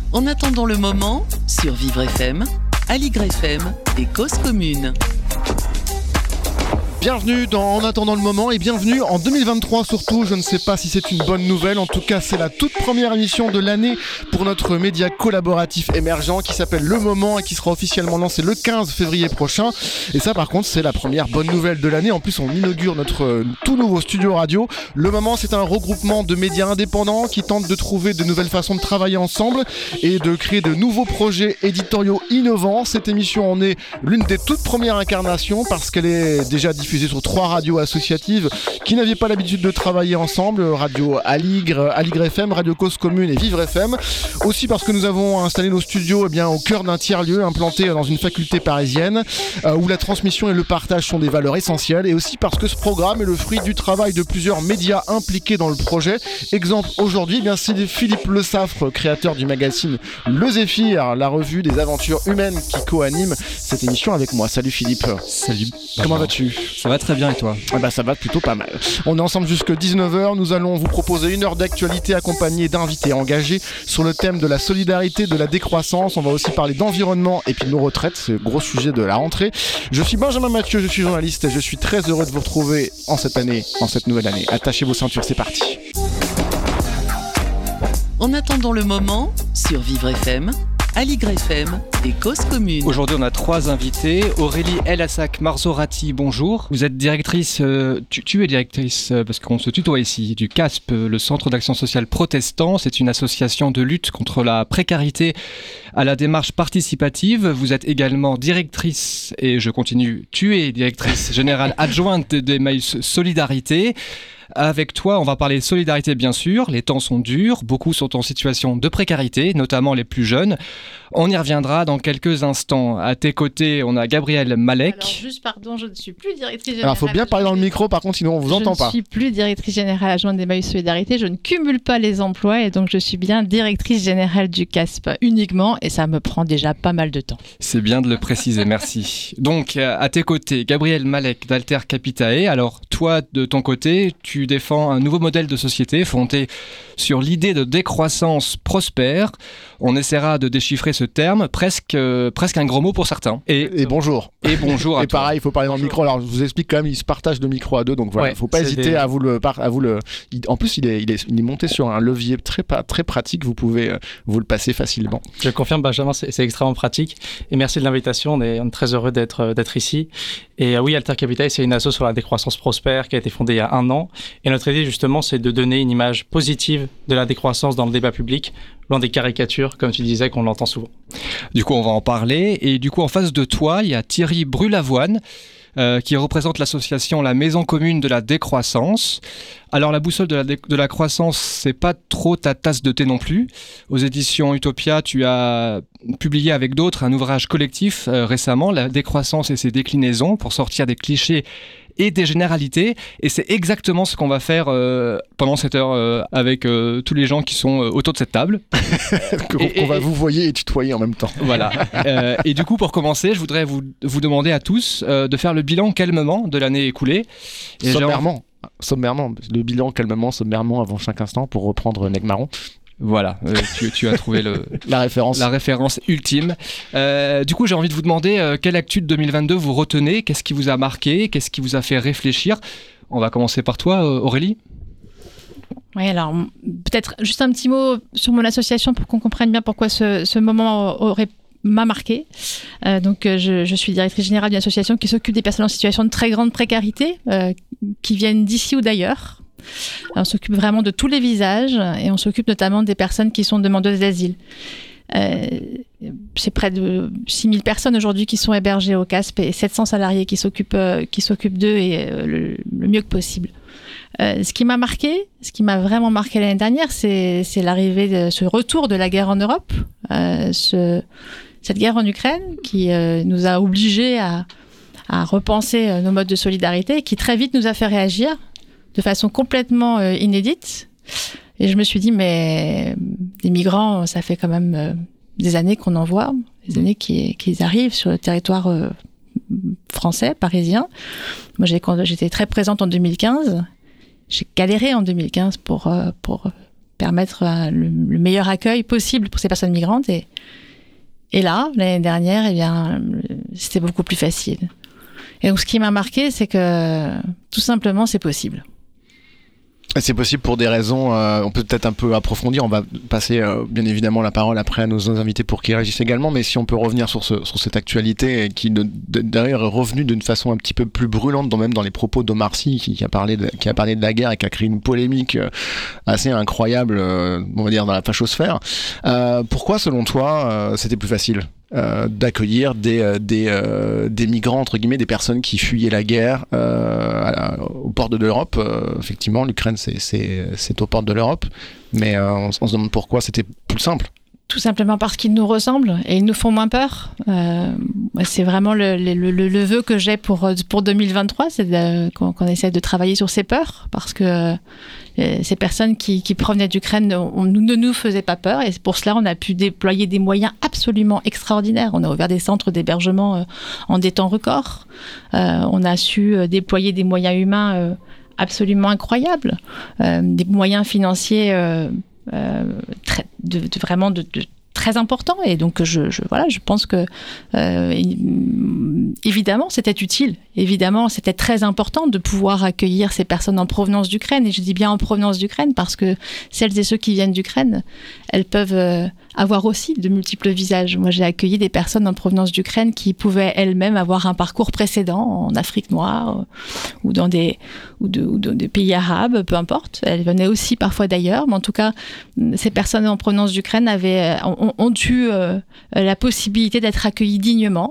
En attendant le moment, sur Vivre FM, Aligre FM et Cause Commune. Bienvenue dans En attendant le moment et bienvenue en 2023 surtout. Je ne sais pas si c'est une bonne nouvelle, en tout cas c'est la toute première émission de l'année pour notre média collaboratif émergent qui s'appelle Le Moment et qui sera officiellement lancé le 15 février prochain. Et ça par contre c'est la première bonne nouvelle de l'année. En plus on inaugure notre tout nouveau studio radio. Le Moment, c'est un regroupement de médias indépendants qui tentent de trouver de nouvelles façons de travailler ensemble et de créer de nouveaux projets éditoriaux innovants. Cette émission en est l'une des toutes premières incarnations parce qu'elle est déjà diffusée sur 3 radios associatives qui n'avaient pas l'habitude de travailler ensemble, Radio Aligre, Aligre FM, Radio Cause Commune et Vivre FM. Aussi parce que nous avons installé nos studios au cœur d'un tiers-lieu implanté dans une faculté parisienne où la transmission et le partage sont des valeurs essentielles, et aussi parce que ce programme est le fruit du travail de plusieurs médias impliqués dans le projet. Exemple aujourd'hui, c'est Philippe Le Saffre, créateur du magazine Le Zéphyr, la revue des aventures humaines, qui co-anime cette émission avec moi. Salut Philippe. Salut. Comment vas-tu ? Ça va très bien et toi ? Ça va plutôt pas mal. On est ensemble jusqu'à 19h. Nous allons vous proposer une heure d'actualité accompagnée d'invités engagés sur le thème de la solidarité, de la décroissance. On va aussi parler d'environnement et puis de nos retraites. C'est le gros sujet de la rentrée. Je suis Benjamin Mathieu, je suis journaliste et je suis très heureux de vous retrouver en cette nouvelle année. Attachez vos ceintures, c'est parti. En attendant le moment, sur Vivre FM, Aligre FM et Cause Commune. Aujourd'hui, on a 3 invités. Aurélie El-Hassak Marzorati, bonjour. Vous êtes directrice, tu es directrice, parce qu'on se tutoie ici, du CASP, le Centre d'Action Sociale Protestant. C'est une association de lutte contre la précarité à la démarche participative. Vous êtes également directrice, et je continue, tu es directrice générale adjointe d'Emmaüs Solidarité. Avec toi, on va parler solidarité bien sûr, les temps sont durs, beaucoup sont en situation de précarité, notamment les plus jeunes. On y reviendra dans quelques instants. À tes côtés, on a Gabrielle Malek. Alors juste pardon, je ne suis plus directrice générale. Alors il faut bien parler dans le micro par contre, sinon on vous entend pas. Je ne suis plus directrice générale adjointe d'Emmaüs Solidarité, je ne cumule pas les emplois et donc je suis bien directrice générale du CASP uniquement et ça me prend déjà pas mal de temps. C'est bien de le préciser, merci. Donc à tes côtés, Gabrielle Malek d'Alter Capitae. Alors toi de ton côté, tu défends un nouveau modèle de société fondé sur l'idée de décroissance prospère. On essaiera de déchiffrer ce terme, presque un gros mot pour certains. Et bonjour. Et bonjour à et toi. pareil, il faut parler dans le micro. Alors je vous explique quand même, il se partage de micro à 2, donc voilà, faut pas hésiter à vous le. En plus, il est monté sur un levier très pratique. Vous pouvez vous le passer facilement. Je confirme, Benjamin, c'est extrêmement pratique. Et merci de l'invitation. On est très heureux d'être ici. Et oui, Alter Capitae, c'est une asso sur la décroissance prospère qui a été fondée il y a 1 an. Et notre idée, justement, c'est de donner une image positive de la décroissance dans le débat public, loin des caricatures, comme tu disais, qu'on l'entend souvent. Du coup, on va en parler. Et du coup, en face de toi, il y a Thierry Brulavoine, qui représente l'association La Maison Commune de la Décroissance. Alors, la boussole de la croissance, c'est pas trop ta tasse de thé non plus. Aux éditions Utopia, tu as publié avec d'autres un ouvrage collectif récemment, La décroissance et ses déclinaisons, pour sortir des clichés et des généralités, et c'est exactement ce qu'on va faire pendant cette heure avec tous les gens qui sont autour de cette table. qu'on va vous voyer et tutoyer en même temps. Voilà. Et du coup, pour commencer, je voudrais vous demander à tous de faire le bilan calmement de l'année écoulée. Et sommairement, le bilan calmement, sommairement, avant chaque instant, pour reprendre Neg Marron. Voilà, tu as trouvé la référence ultime. Du coup, j'ai envie de vous demander quelle actu de 2022 vous retenez, qu'est-ce qui vous a marqué, qu'est-ce qui vous a fait réfléchir. On va commencer par toi, Aurélie. Oui, alors peut-être juste un petit mot sur mon association pour qu'on comprenne bien pourquoi ce moment m'a marqué. Je suis directrice générale d'une association qui s'occupe des personnes en situation de très grande précarité, qui viennent d'ici ou d'ailleurs. On s'occupe vraiment de tous les visages et on s'occupe notamment des personnes qui sont demandeuses d'asile. C'est près de 6000 personnes aujourd'hui qui sont hébergées au CASP et 700 salariés qui s'occupent d'eux et le mieux que possible. Ce qui m'a vraiment marqué l'année dernière, c'est l'arrivée de ce retour de la guerre en Europe, cette guerre en Ukraine qui nous a obligés à repenser nos modes de solidarité et qui très vite nous a fait réagir de façon complètement inédite. Et je me suis dit, mais des migrants, ça fait quand même des années qu'on en voit, des années qu'ils arrivent sur le territoire français, parisien. Moi, j'étais très présente en 2015. J'ai galéré en 2015 pour permettre le meilleur accueil possible pour ces personnes migrantes. Et là, l'année dernière, eh bien, c'était beaucoup plus facile. Et donc, ce qui m'a marqué, c'est que tout simplement, c'est possible. C'est possible pour des raisons, on peut peut-être un peu approfondir, on va passer bien évidemment la parole après à nos invités pour qu'ils réagissent également, mais si on peut revenir sur cette actualité qui d'ailleurs est revenue d'une façon un petit peu plus brûlante, même dans les propos d'Omar Sy qui a parlé de la guerre et qui a créé une polémique assez incroyable, on va dire dans la fachosphère. Pourquoi selon toi c'était plus facile d'accueillir des migrants entre guillemets, des personnes qui fuyaient la guerre aux portes de l'Europe? Effectivement, l'Ukraine c'est aux portes de l'Europe, mais on se demande pourquoi c'était plus simple. Tout simplement parce qu'ils nous ressemblent et ils nous font moins peur. C'est vraiment le vœu que j'ai pour 2023, c'est qu'on essaie de travailler sur ces peurs, parce que ces personnes qui provenaient d'Ukraine ne nous faisaient pas peur, et pour cela on a pu déployer des moyens absolument extraordinaires. On a ouvert des centres d'hébergement en des temps records. On a su déployer des moyens humains absolument incroyables, des moyens financiers vraiment très important, et donc je pense que évidemment c'était utile, évidemment c'était très important de pouvoir accueillir ces personnes en provenance d'Ukraine, et je dis bien en provenance d'Ukraine parce que celles et ceux qui viennent d'Ukraine, elles peuvent avoir aussi de multiples visages. Moi j'ai accueilli des personnes en provenance d'Ukraine qui pouvaient elles-mêmes avoir un parcours précédent en Afrique noire ou dans des pays arabes, peu importe, elles venaient aussi parfois d'ailleurs, mais en tout cas ces personnes en provenance d'Ukraine ont eu la possibilité d'être accueillies dignement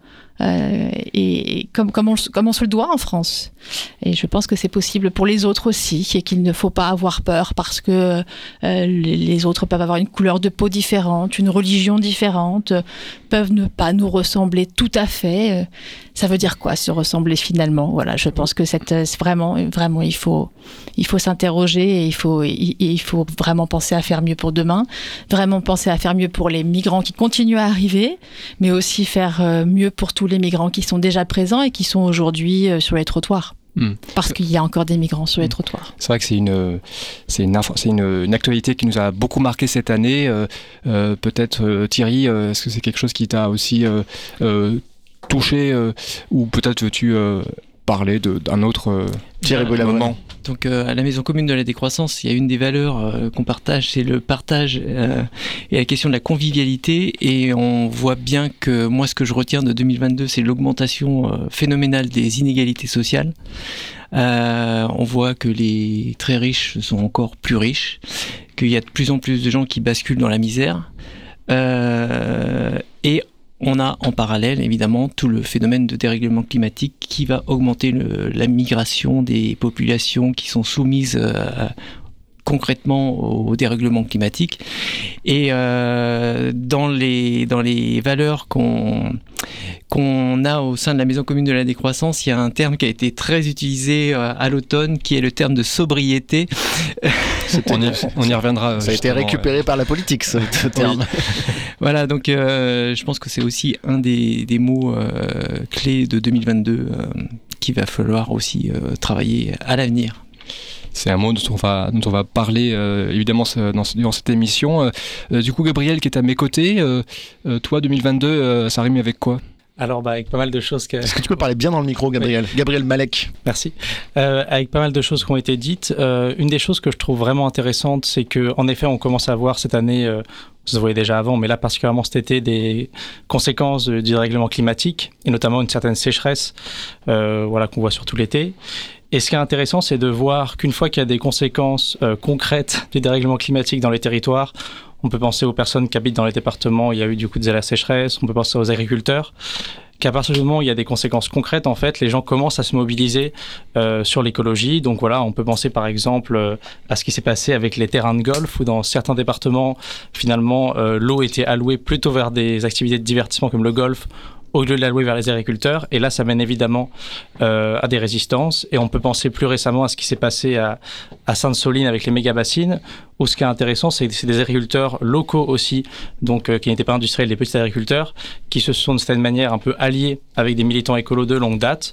et comme on se le doit en France. Et je pense que c'est possible pour les autres aussi, et qu'il ne faut pas avoir peur parce que les autres peuvent avoir une couleur de peau différente, une religion différente, peuvent ne pas nous ressembler tout à fait. Ça veut dire quoi, se ressembler finalement? Voilà, je pense que vraiment il faut s'interroger, et il faut vraiment penser à faire mieux pour demain, vraiment penser à faire mieux pour les migrants qui continuent à arriver, mais aussi faire mieux pour tous les migrants qui sont déjà présents et qui sont aujourd'hui sur les trottoirs. Parce qu'il y a encore des migrants sur les trottoirs. C'est vrai que c'est une actualité qui nous a beaucoup marqué cette année. Peut-être Thierry, est-ce que c'est quelque chose qui t'a aussi touché, ou peut-être veux-tu parler d'un autre moment? Donc à la Maison commune de la décroissance, il y a une des valeurs qu'on partage, c'est le partage et la question de la convivialité, et on voit bien que moi ce que je retiens de 2022, c'est l'augmentation phénoménale des inégalités sociales. On voit que les très riches sont encore plus riches, qu'il y a de plus en plus de gens qui basculent dans la misère, et on a en parallèle, évidemment, tout le phénomène de dérèglement climatique qui va augmenter la migration des populations qui sont soumises concrètement au dérèglement climatique. Et dans les valeurs qu'on a au sein de la Maison commune de la décroissance, il y a un terme qui a été très utilisé à l'automne, qui est le terme de sobriété. On y reviendra. Ça a été récupéré par la politique, ce terme. Oui. Voilà, donc je pense que c'est aussi un des mots clés de 2022 qu'il va falloir aussi travailler à l'avenir. C'est un mot dont on va parler évidemment durant cette émission. Du coup, Gabriel, qui est à mes côtés, toi, 2022, ça rime avec quoi? Alors, avec pas mal de choses... Est-ce que tu peux parler bien dans le micro, Gabriel? Oui. Gabriel Malek. Merci. Avec pas mal de choses qui ont été dites, une des choses que je trouve vraiment intéressante, c'est qu'en effet, on commence à voir cette année, ça se voyait déjà avant, mais là particulièrement cet été, des conséquences du dérèglement climatique, et notamment une certaine sécheresse qu'on voit surtout l'été. Et ce qui est intéressant, c'est de voir qu'une fois qu'il y a des conséquences concrètes du dérèglement climatique dans les territoires, on peut penser aux personnes qui habitent dans les départements où il y a eu du coup de la sécheresse, on peut penser aux agriculteurs, qu'à partir du moment où il y a des conséquences concrètes, en fait, les gens commencent à se mobiliser sur l'écologie. Donc voilà, on peut penser par exemple à ce qui s'est passé avec les terrains de golf, où dans certains départements, finalement, l'eau était allouée plutôt vers des activités de divertissement comme le golf, au lieu de l'allouer vers les agriculteurs. Et là, ça mène évidemment à des résistances. Et on peut penser plus récemment à ce qui s'est passé à Sainte-Soline avec les méga-bassines, où ce qui est intéressant, c'est que c'est des agriculteurs locaux aussi, donc qui n'étaient pas industriels, des petits agriculteurs, qui se sont de certaine manière un peu alliés avec des militants écolos de longue date,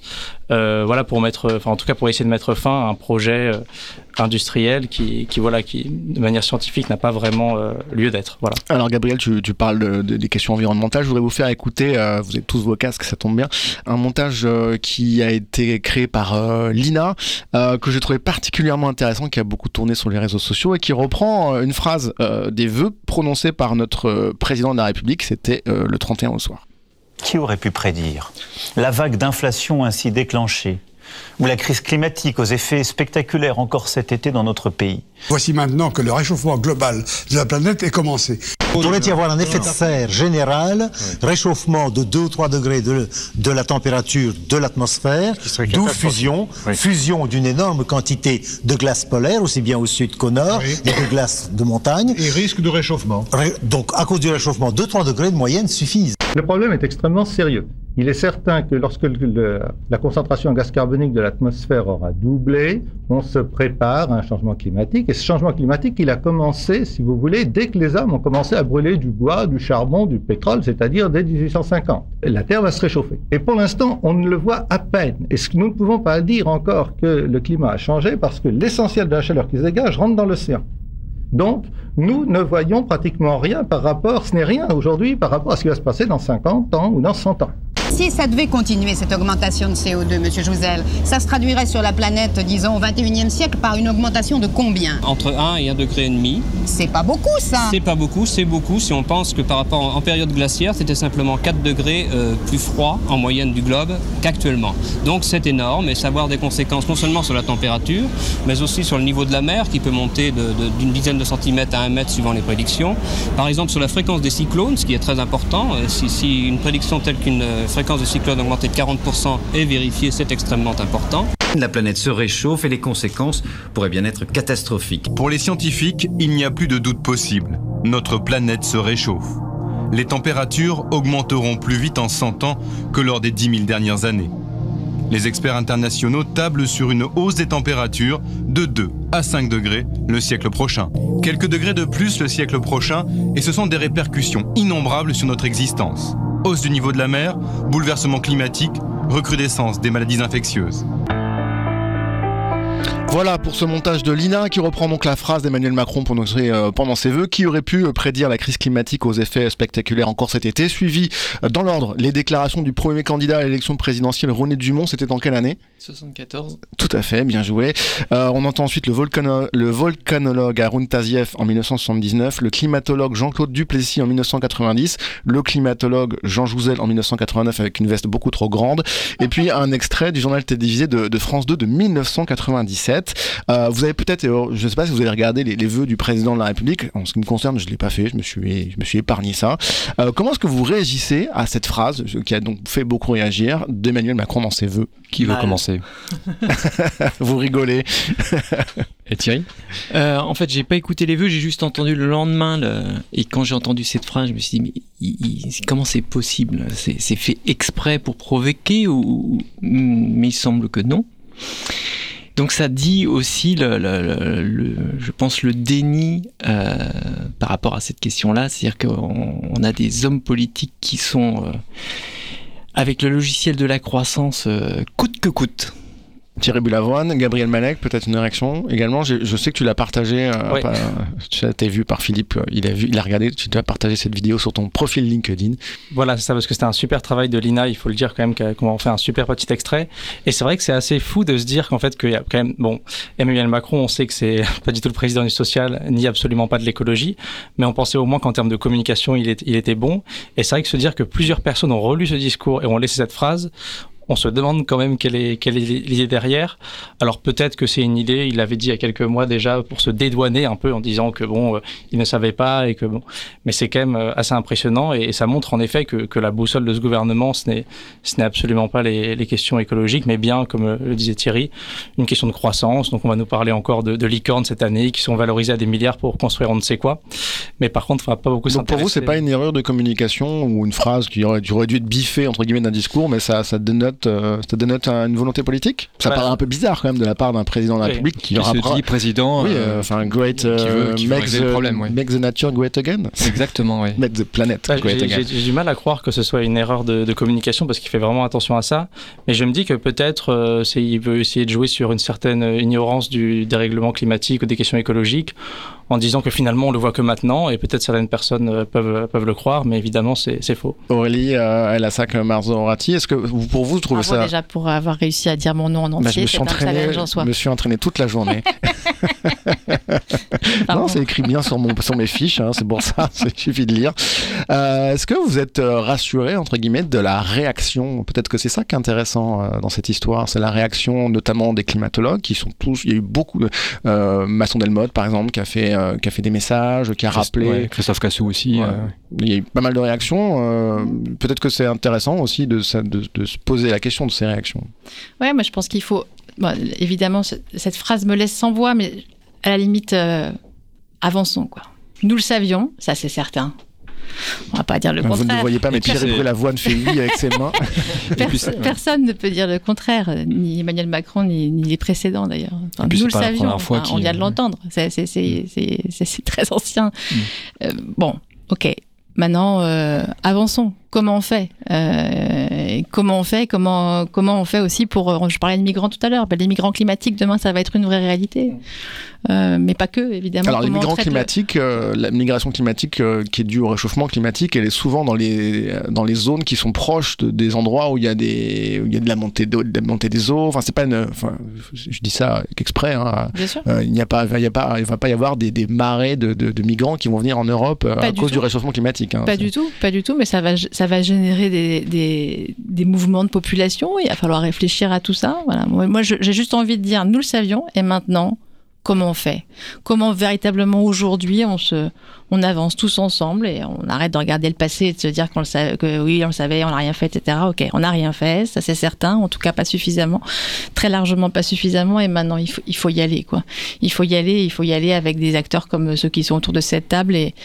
pour essayer de mettre fin à un projet industriel qui de manière scientifique n'a pas vraiment lieu d'être. Voilà. Alors Gabriel, tu parles des questions environnementales. Je voudrais vous faire écouter, vous avez tous vos casques, ça tombe bien, un montage qui a été créé par Lina, que j'ai trouvé particulièrement intéressant, qui a beaucoup tourné sur les réseaux sociaux et qui reprend une phrase des vœux prononcés par notre président de la République, c'était le 31 au soir. Qui aurait pu prédire la vague d'inflation ainsi déclenchée, ou la crise climatique aux effets spectaculaires encore cet été dans notre pays? Voici maintenant que le réchauffement global de la planète est commencé. Il pourrait y avoir un effet de serre général, réchauffement de 2 ou 3 degrés de la température de l'atmosphère, d'où fusion d'une énorme quantité de glace polaire, aussi bien au sud qu'au nord, et de glace de montagne. Et risque de réchauffement. Donc, à cause du réchauffement, 2-3 degrés de moyenne suffisent. Le problème est extrêmement sérieux. Il est certain que lorsque la concentration en gaz carbonique de l'atmosphère aura doublé, on se prépare à un changement climatique. Et ce changement climatique, il a commencé, si vous voulez, dès que les hommes ont commencé à brûler du bois, du charbon, du pétrole, c'est-à-dire dès 1850. La Terre va se réchauffer. Et pour l'instant, on ne le voit à peine. Et nous ne pouvons pas dire encore que le climat a changé parce que l'essentiel de la chaleur qui se dégage rentre dans l'océan. Donc, nous ne voyons pratiquement rien ce n'est rien aujourd'hui par rapport à ce qui va se passer dans 50 ans ou dans 100 ans. Si ça devait continuer, cette augmentation de CO2, Monsieur Jouzel, ça se traduirait sur la planète, disons, au XXIe siècle, par une augmentation de combien? Entre 1 et 1,5 degré. C'est pas beaucoup, ça. C'est pas beaucoup, c'est beaucoup si on pense que par rapport en période glaciaire, c'était simplement 4 degrés plus froid en moyenne du globe qu'actuellement. Donc c'est énorme et ça va avoir des conséquences non seulement sur la température, mais aussi sur le niveau de la mer qui peut monter d'une dizaine de centimètres à 1 mètre suivant les prédictions. Par exemple, sur la fréquence des cyclones, ce qui est très important, si une prédiction telle qu'une fréquence de cyclone augmentée de 40% est vérifiée, c'est extrêmement important. La planète se réchauffe et les conséquences pourraient bien être catastrophiques. Pour les scientifiques, il n'y a plus de doute possible. Notre planète se réchauffe. Les températures augmenteront plus vite en 100 ans que lors des 10 000 dernières années. Les experts internationaux tablent sur une hausse des températures de 2 à 5 degrés le siècle prochain. Quelques degrés de plus le siècle prochain et ce sont des répercussions innombrables sur notre existence. Hausse du niveau de la mer, bouleversement climatique, recrudescence des maladies infectieuses. Voilà pour ce montage de Lina qui reprend donc la phrase d'Emmanuel Macron prononcée pendant ses vœux, qui aurait pu prédire la crise climatique aux effets spectaculaires encore cet été. Suivi dans l'ordre les déclarations du premier candidat à l'élection présidentielle, René Dumont. C'était en quelle année? 74. Tout à fait, bien joué. On entend ensuite le volcanologue Haroun Tazieff en 1979, le climatologue Jean-Claude Duplessis en 1990, le climatologue Jean Jouzel en 1989 avec une veste beaucoup trop grande, et puis un extrait du journal télévisé de France 2 de 1997. Vous avez peut-être, je ne sais pas si vous avez regardé les vœux du président de la République. En ce qui me concerne, je ne l'ai pas fait, je me suis épargné ça. Comment est-ce que vous réagissez à cette phrase qui a donc fait beaucoup réagir d'Emmanuel Macron dans ses vœux? Qui veut commencer? Vous rigolez. Et Thierry? En fait, j'ai pas écouté les vœux, j'ai juste entendu le lendemain. Et quand j'ai entendu cette phrase, je me suis dit, mais comment c'est possible? C'est fait exprès pour provoquer mais il semble que non. Donc ça dit aussi, je pense, le déni par rapport à cette question-là. C'est-à-dire qu'on a des hommes politiques qui sont, avec le logiciel de la croissance, coûte que coûte. Thierry Bulavoine, Gabriel Malek, peut-être une réaction également. Je sais que tu l'as partagé, tu as vu par Philippe, il a regardé, tu as partagé cette vidéo sur ton profil LinkedIn. Voilà, c'est ça, parce que c'était un super travail de Lina, il faut le dire quand même, qu'on en fait un super petit extrait. Et c'est vrai que c'est assez fou de se dire qu'en fait, qu'il y a quand même, Emmanuel Macron, on sait que c'est pas du tout le président du social, ni absolument pas de l'écologie, mais on pensait au moins qu'en termes de communication, il était bon. Et c'est vrai que se dire que plusieurs personnes ont relu ce discours et ont laissé cette phrase, on se demande quand même quelle est l'idée derrière. Alors peut-être que c'est une idée, il l'avait dit il y a quelques mois déjà, pour se dédouaner un peu en disant que il ne savait pas et que mais c'est quand même assez impressionnant et ça montre en effet que la boussole de ce gouvernement, ce n'est absolument pas les questions écologiques, mais bien, comme le disait Thierry, une question de croissance. Donc on va nous parler encore de licornes cette année qui sont valorisées à des milliards pour construire on ne sait quoi. Mais par contre, il ne va pas beaucoup s'intéresser. Donc pour vous, c'est pas une erreur de communication ou une phrase qui aurait dû être biffée entre guillemets d'un discours, mais ça dénote dénote une volonté politique? Ça paraît un peu bizarre quand même de la part d'un président de la République qui se dit président. Great, make the nature great again. Exactement, oui. Make the planet great again. J'ai du mal à croire que ce soit une erreur de communication parce qu'il fait vraiment attention à ça. Mais je me dis que peut-être il veut essayer de jouer sur une certaine ignorance du dérèglement climatique ou des questions écologiques en disant que finalement on le voit que maintenant, et peut-être certaines personnes peuvent le croire, mais évidemment c'est faux. Aurélie El Hassak Marzorati, est-ce que pour vous trouvez ça... Déjà pour avoir réussi à dire mon nom en entier, c'est un challenge en soi. Je me suis entraîné toute la journée. Non, c'est écrit bien sur mes fiches, c'est pour ça, il suffit de lire. Est-ce que vous êtes rassuré, entre guillemets, de la réaction? Peut-être que c'est ça qui est intéressant dans cette histoire, c'est la réaction notamment des climatologues qui sont tous... Il y a eu beaucoup de... Masson Delmotte, par exemple, qui a fait des messages, qui a rappelé... Christophe Cassou aussi. Il y a eu pas mal de réactions. Peut-être que c'est intéressant aussi de se poser la question de ces réactions. Ouais, moi je pense qu'il faut... Bon, évidemment, cette phrase me laisse sans voix, mais à la limite, avançons, quoi. Nous le savions, ça c'est certain. On va pas dire le contraire. Vous ne le voyez pas, mais Pierre Lavoine fait oui avec ses mains. Personne ne peut dire le contraire, ni Emmanuel Macron, ni les précédents d'ailleurs. Enfin, nous le savions, on vient de l'entendre. C'est très ancien. Bon, ok. Maintenant, avançons. Comment on fait Comment on fait aussi pour... Je parlais de migrants tout à l'heure. Les migrants climatiques, demain, ça va être une vraie réalité. Mais pas que, évidemment. Alors, les migrants climatiques, la migration climatique qui est due au réchauffement climatique, elle est souvent dans les zones qui sont proches des endroits où il y a de la montée des eaux. Enfin, c'est pas je dis ça exprès. Bien sûr. Il va pas y avoir des marées de migrants qui vont venir en Europe à cause du réchauffement climatique. Pas du tout, mais ça va générer des mouvements de population. Il va falloir réfléchir à tout ça. Voilà. Moi, j'ai juste envie de dire, nous le savions, et maintenant, comment on fait? Comment véritablement aujourd'hui on avance tous ensemble et on arrête de regarder le passé et de se dire on le savait, on n'a rien fait, etc. Ok, on n'a rien fait, ça c'est certain, en tout cas pas suffisamment, très largement pas suffisamment, et maintenant il faut y aller, quoi. Il faut y aller avec des acteurs comme ceux qui sont autour de cette table, et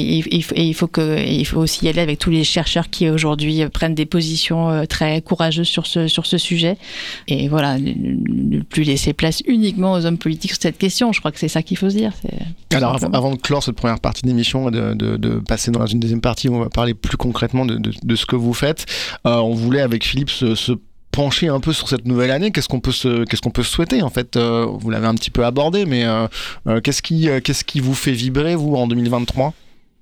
il faut aussi y aller avec tous les chercheurs qui aujourd'hui prennent des positions très courageuses sur ce sujet, et voilà, ne plus laisser place uniquement aux hommes politiques sur cette question. Je crois que c'est ça qu'il faut se dire. Alors avant de clore cette première partie d'émission et de passer dans une deuxième partie où on va parler plus concrètement de ce que vous faites, on voulait avec Philippe se pencher un peu sur cette nouvelle année. Qu'est-ce qu'on peut souhaiter en fait? Vous l'avez un petit peu abordé, mais qu'est-ce qui vous fait vibrer, vous, en 2023?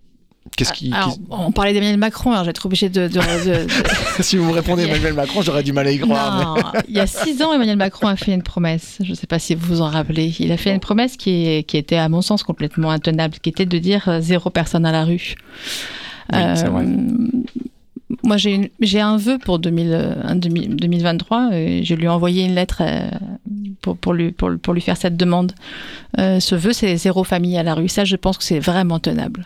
On parlait d'Emmanuel Macron, alors je vais être obligée de... Si vous me répondez Emmanuel Macron, j'aurais du mal à y croire. Non, mais... Il y a 6 ans, Emmanuel Macron a fait une promesse. Je ne sais pas si vous vous en rappelez. Il a fait une promesse qui était, à mon sens, complètement intenable, qui était de dire 0 personne à la rue. Oui, c'est vrai. Moi, j'ai un vœu pour 2023. Je lui ai envoyé une lettre pour lui faire cette demande. Ce vœu, c'est 0 famille à la rue. Ça, je pense que c'est vraiment tenable.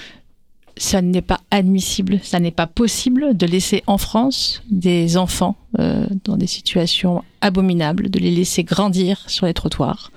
Ça n'est pas admissible, ça n'est pas possible de laisser en France des enfants dans des situations abominables, de les laisser grandir sur les trottoirs.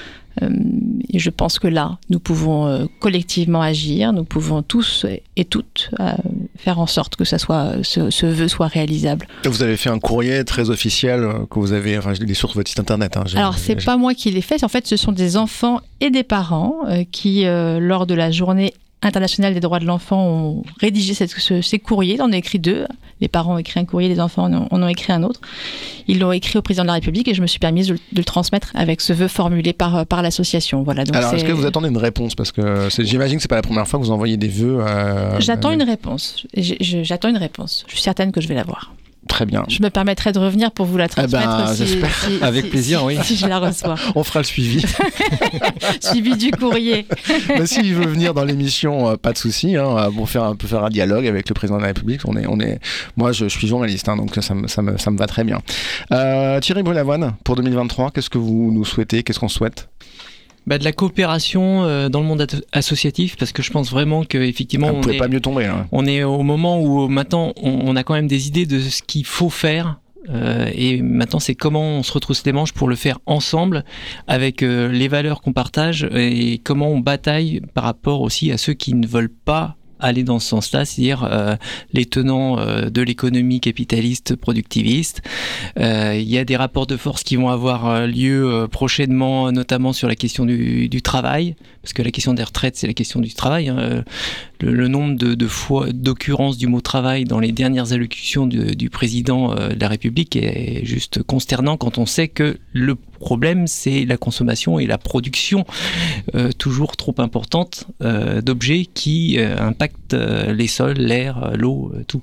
Et je pense que là, nous pouvons collectivement agir, nous pouvons tous et toutes faire en sorte que ce vœu soit réalisable. Vous avez fait un courrier très officiel que vous avez, je l'ai sur votre site internet. Alors, c'est pas moi qui l'ai fait, en fait, ce sont des enfants et des parents qui, lors de la journée internationale des droits de l'enfant, ont rédigé ces courriers. On a écrit 2. Les parents ont écrit un courrier, les enfants en ont écrit un autre. Ils l'ont écrit au président de la République et je me suis permise de le transmettre avec ce vœu formulé par l'association. Voilà, donc alors, est-ce que vous attendez une réponse? Parce que j'imagine que c'est pas la première fois que vous envoyez des vœux. J'attends une réponse. J'attends une réponse. Je suis certaine que je vais l'avoir. Très bien. Je me permettrai de revenir pour vous la transmettre avec plaisir, oui. Si je la reçois. On fera le suivi. Suivi du courrier. Mais s'il veut venir dans l'émission, pas de souci. On peut faire un dialogue avec le président de la République. Moi, je suis journaliste, donc ça me va très bien. Thierry Brulavoine, pour 2023, qu'est-ce que vous nous souhaitez? Qu'est-ce qu'on souhaite? De la coopération dans le monde associatif, parce que je pense vraiment qu'effectivement... Vous ne pouvez pas mieux tomber, là. On est au moment où maintenant on a quand même des idées de ce qu'il faut faire, et maintenant c'est comment on se retrousse les manches pour le faire ensemble, avec les valeurs qu'on partage, et comment on bataille par rapport aussi à ceux qui ne veulent pas aller dans ce sens-là, c'est-à-dire les tenants de l'économie capitaliste productiviste. Il y a des rapports de force qui vont avoir lieu prochainement, notamment sur la question du travail, parce que la question des retraites, c'est la question du travail. Le nombre de fois d'occurrence du mot travail dans les dernières allocutions du président de la République est juste consternant quand on sait que le problème, c'est la consommation et la production toujours trop importante d'objets qui impactent les sols, l'air, l'eau, tout.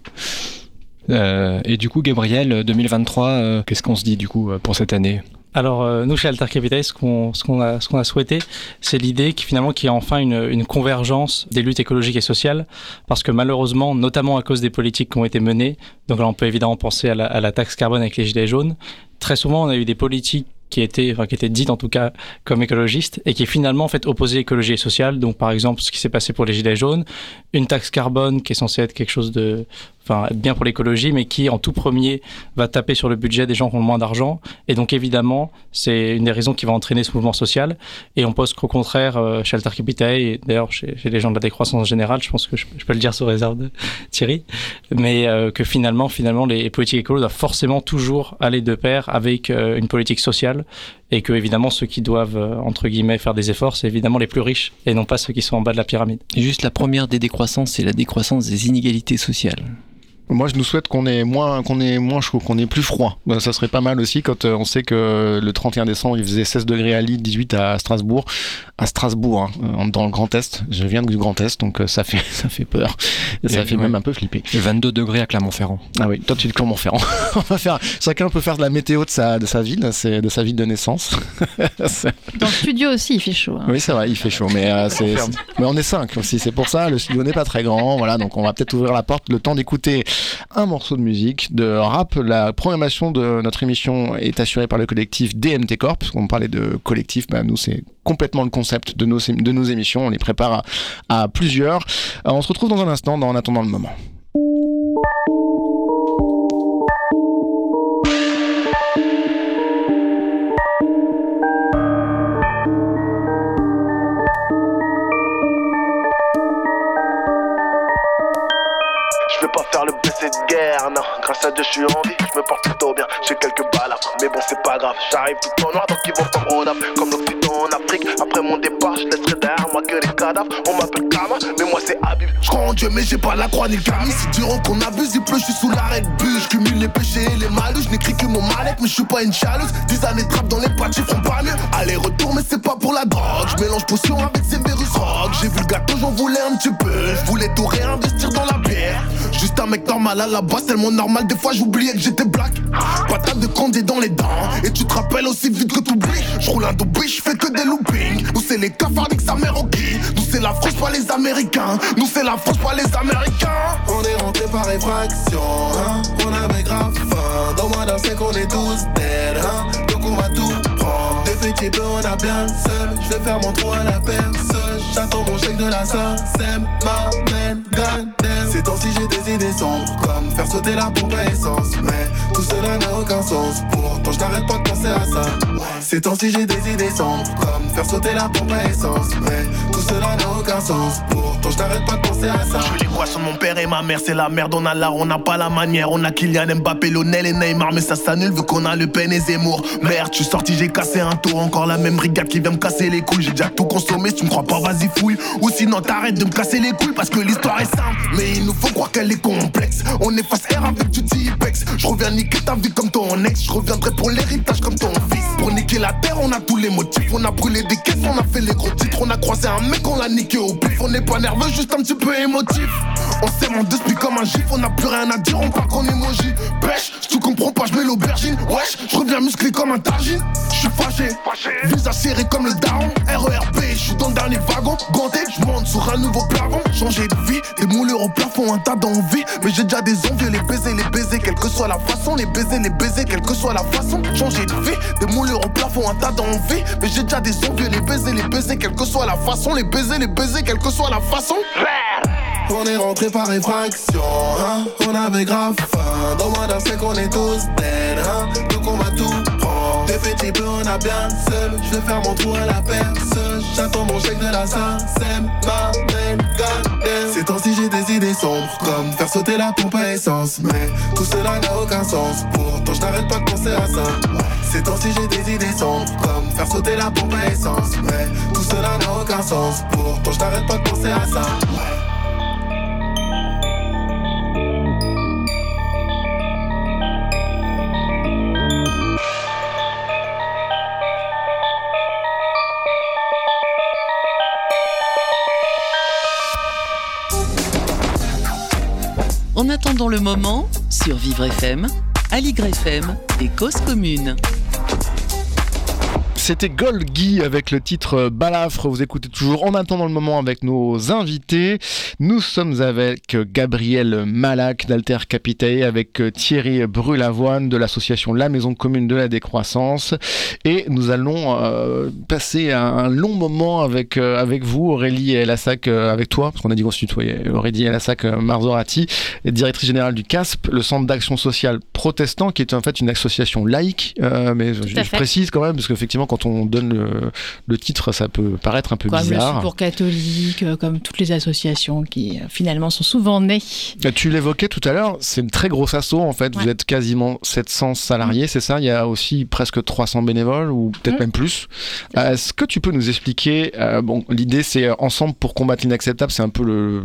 Et du coup, Gabriel, 2023, qu'est-ce qu'on se dit du coup pour cette année ? Alors, nous, chez Alter Capital, ce qu'on a souhaité, c'est l'idée qu'il y a enfin une convergence des luttes écologiques et sociales, parce que malheureusement, notamment à cause des politiques qui ont été menées, donc là, on peut évidemment penser à la taxe carbone avec les gilets jaunes, très souvent, on a eu des politiques qui étaient dites en tout cas comme écologistes et qui finalement en fait opposaient écologie et sociale. Donc par exemple ce qui s'est passé pour les gilets jaunes, une taxe carbone qui est censée être quelque chose de, être bien pour l'écologie, mais qui en tout premier va taper sur le budget des gens qui ont le moins d'argent. Et donc évidemment c'est une des raisons qui va entraîner ce mouvement social. Et on pense qu'au contraire chez Alter Capital et d'ailleurs chez les gens de la décroissance générale, je pense que je peux le dire sous réserve de Thierry, mais que finalement les politiques écolo doivent forcément toujours aller de pair avec une politique sociale. Et que évidemment ceux qui doivent entre guillemets faire des efforts, c'est évidemment les plus riches et non pas ceux qui sont en bas de la pyramide. Et juste la première des décroissances, c'est la décroissance des inégalités sociales. Moi, je nous souhaite qu'on ait moins chaud, qu'on ait plus froid. Ça serait pas mal aussi quand on sait que le 31 décembre, il faisait 16 degrés à Lille, 18 à Strasbourg. À Strasbourg, dans le Grand Est. Je viens du Grand Est, donc ça fait peur. Et ça fait même un peu flipper. Et 22 degrés à Clermont-Ferrand. Ah oui, toi tu es de Clermont-Ferrand. Chacun peut faire de la météo de sa ville, c'est de sa ville de naissance. Dans le studio aussi, il fait chaud. Oui, c'est vrai, il fait chaud, mais on est 5 aussi. C'est pour ça, le studio n'est pas très grand. Voilà, donc on va peut-être ouvrir la porte, le temps d'écouter un morceau de musique, de rap. La programmation de notre émission est assurée par le collectif DMT Corp. Parce qu'on parlait de collectif, nous c'est complètement le concept de nos émissions. On les prépare à plusieurs. On se retrouve dans un instant dans En attendant le moment. Je vais pas faire le blessé de guerre, non. Grâce à Dieu, je suis en vie, je me porte plutôt bien. J'ai quelques balafres, mais bon, c'est pas grave. J'arrive tout en noir, donc ils vont faire au nap. Comme l'Occident en Afrique, après mon départ, je laisserai derrière moi que les cadavres. On m'appelle Kama, mais moi c'est Habib. Je crois en Dieu, mais j'ai pas la croix ni le camis. Ils diront qu'on abuse, il pleut, je suis sous l'arrêt de bus. Je cumule les péchés et les malus, je n'écris que mon mal-être, mais je suis pas une chaleuse. 10 années de trappe dans les pattes, ils feront pas mieux. Aller-retour, mais c'est pas pour la drogue. Je mélange potion avec ces virus rock. J'ai vu le gâteau, j'en voulais un petit peu. Je voulais tout réinvestir dans la bière. Juste un mec normal à la base, tellement normal, des fois j'oubliais que j'étais black. Patate de Condé dans les dents, et tu te rappelles aussi vite que t'oublies. J'roule un double, j'fais que des loopings. Nous c'est les cafards avec sa mère au qui. Nous c'est la France, pas les Américains. Nous c'est la France, pas les Américains. On est rentré par effraction, hein. On avait grave faim. Dans moi d'un sec on est tous dead, hein. Donc on va tout prendre. Des petits peu on a bien seul. Je vais faire mon trou à la personne. J'attends mon chèque de la SACEM. M'amène, goddamn. Ces temps-ci j'ai des idées sombres, comme faire sauter la pompe à essence. Mais tout cela n'a aucun sens, pourtant je n'arrête pas de penser à ça. Ces temps-ci j'ai des idées sombres, comme faire sauter la pompe à essence. Mais tout cela n'a aucun sens, pourtant je n'arrête pas de penser à ça. Je les croissants de mon père et ma mère, c'est la merde. On a l'art, on n'a pas la manière. On a Kylian Mbappé, Lionel et Neymar, mais ça s'annule vu qu'on a Le Pen et Zemmour. Merde, je suis sorti, j'ai cassé un tour. Encore la même brigade qui vient me casser les couilles. J'ai déjà tout consommé, si tu me crois pas vas-y fouille. Ou sinon t'arrêtes de me casser les couilles, parce que l'histoire est simple, mais il nous faut croire qu'elle est complexe. On est face R avec du T-Pex. Je reviens niquer ta vie comme ton ex. Je reviendrai pour l'héritage comme ton fils. Pour niquer la terre on a tous les motifs. On a brûlé des caisses, on a fait les gros titres. On a croisé un mec, on l'a niqué au pif. On n'est pas nerveux, juste un petit peu émotif. On s'aime en deux spies comme un gif. On n'a plus rien à dire, on parle qu'en émoji. Pêche, si tu comprends pas, je mets l'aubergine. Wesh, je reviens musclé comme un tagine. Je suis fâché, visage serré comme le daron. RERB, je suis dans le dernier wagon. Ganté, je monte sur un nouveau plafond. Changer de vie, des moulures au plafond, un tas d'envie. Mais j'ai déjà des envies, les baiser, quelle que soit la façon. Les baiser, quelle que soit la façon. Changer de vie, des moulures au plafond, un tas d'envie. Mais j'ai déjà des envies, les baiser, quelle que soit la façon. Les baiser, quelle que soit la façon. On est rentré par effraction, hein. On avait grave faim. Dans moi d'un sec on est tous dead, hein. Donc on va tout prendre. chance. Des petits peu on a bien seul, je vais faire mon trou à la personne. J'attends mon chèque de la SACEM, ma main, goddamn. Ces temps-ci j'ai des idées sombres, comme faire sauter la pompe à essence. Mais tout cela n'a aucun sens, pourtant je n'arrête pas de penser à ça. Ces temps-ci j'ai des idées sombres, comme faire sauter la pompe à essence. Mais tout cela n'a aucun sens, pourtant je n'arrête pas de penser à ça. En attendant le moment, sur Vivre FM, Aligre FM et Cause Commune. C'était Golgi avec le titre Balafre. Vous écoutez toujours En attendant le moment avec nos invités. Nous sommes avec Gabriel Malac d'Alter Capitae, avec Thierry Brulavoine de l'association La Maison Commune de la Décroissance. Et nous allons passer un long moment avec vous, Aurélie Elassac, avec toi, parce qu'on a dit qu'on se tutoyait. Aurélie Elassac Marzorati, directrice générale du CASP, le Centre d'action sociale protestant, qui est en fait une association laïque. Mais je précise quand même, parce qu'effectivement, quand on donne le titre, ça peut paraître un peu bizarre. Comme le Secours catholique, comme toutes les associations qui finalement sont souvent nées. Tu l'évoquais tout à l'heure, c'est une très grosse asso en fait. Ouais. Vous êtes quasiment 700 salariés, c'est ça? Il y a aussi presque 300 bénévoles ou peut-être même plus. Est-ce que tu peux nous expliquer, l'idée c'est ensemble pour combattre l'inacceptable, c'est un peu le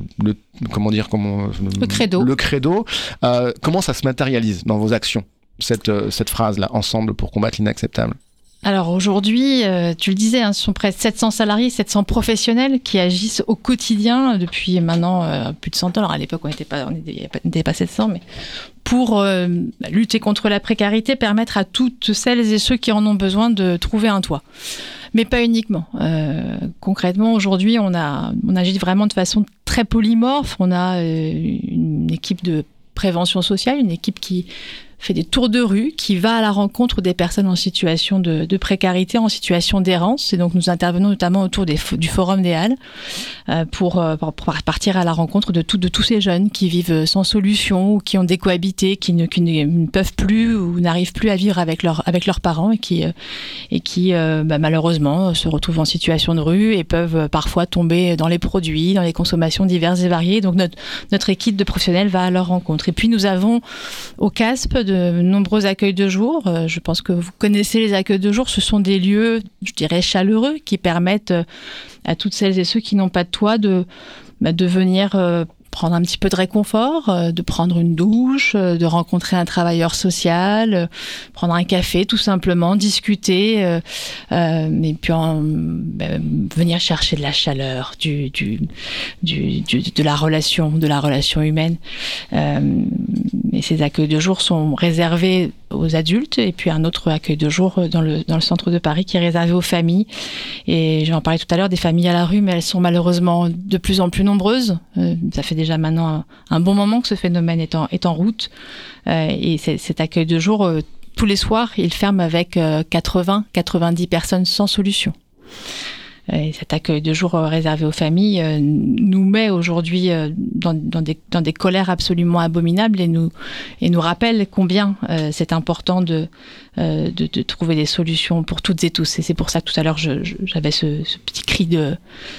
credo. Le credo. Comment ça se matérialise dans vos actions, cette phrase-là, ensemble pour combattre l'inacceptable? Alors aujourd'hui, tu le disais, ce sont près de 700 salariés, 700 professionnels qui agissent au quotidien depuis maintenant plus de 100 ans. Alors à l'époque, on n'était pas 700, mais pour lutter contre la précarité, permettre à toutes celles et ceux qui en ont besoin de trouver un toit. Mais pas uniquement. Concrètement, aujourd'hui, on agit vraiment de façon très polymorphe. On a une équipe de prévention sociale, une équipe qui fait des tours de rue, qui va à la rencontre des personnes en situation de précarité, en situation d'errance. Et donc, nous intervenons notamment autour du Forum des Halles pour partir à la rencontre de tous ces jeunes qui vivent sans solution ou qui ont décohabité, qui ne peuvent plus ou n'arrivent plus à vivre avec leurs parents et qui malheureusement se retrouvent en situation de rue et peuvent parfois tomber dans les produits, dans les consommations diverses et variées. Donc, notre équipe de professionnels va à leur rencontre. Et puis, nous avons au CASP de nombreux accueils de jour. Je pense que vous connaissez les accueils de jour. Ce sont des lieux, je dirais, chaleureux qui permettent à toutes celles et ceux qui n'ont pas de toit de venir prendre un petit peu de réconfort, de prendre une douche, de rencontrer un travailleur social, prendre un café tout simplement, discuter, et puis venir chercher de la chaleur, de la relation humaine. Et ces accueils de jour sont réservés aux adultes, et puis un autre accueil de jour dans le centre de Paris qui est réservé aux familles. Et j'en parlais tout à l'heure, des familles à la rue, mais elles sont malheureusement de plus en plus nombreuses. Ça fait déjà maintenant un bon moment que ce phénomène est en route. Et cet accueil de jour, tous les soirs, il ferme avec 80-90 personnes sans solution. Et cet accueil de jour réservé aux familles nous met aujourd'hui dans des colères absolument abominables et nous rappelle combien c'est important de trouver des solutions pour toutes et tous. Et c'est pour ça que tout à l'heure j'avais ce petit cri de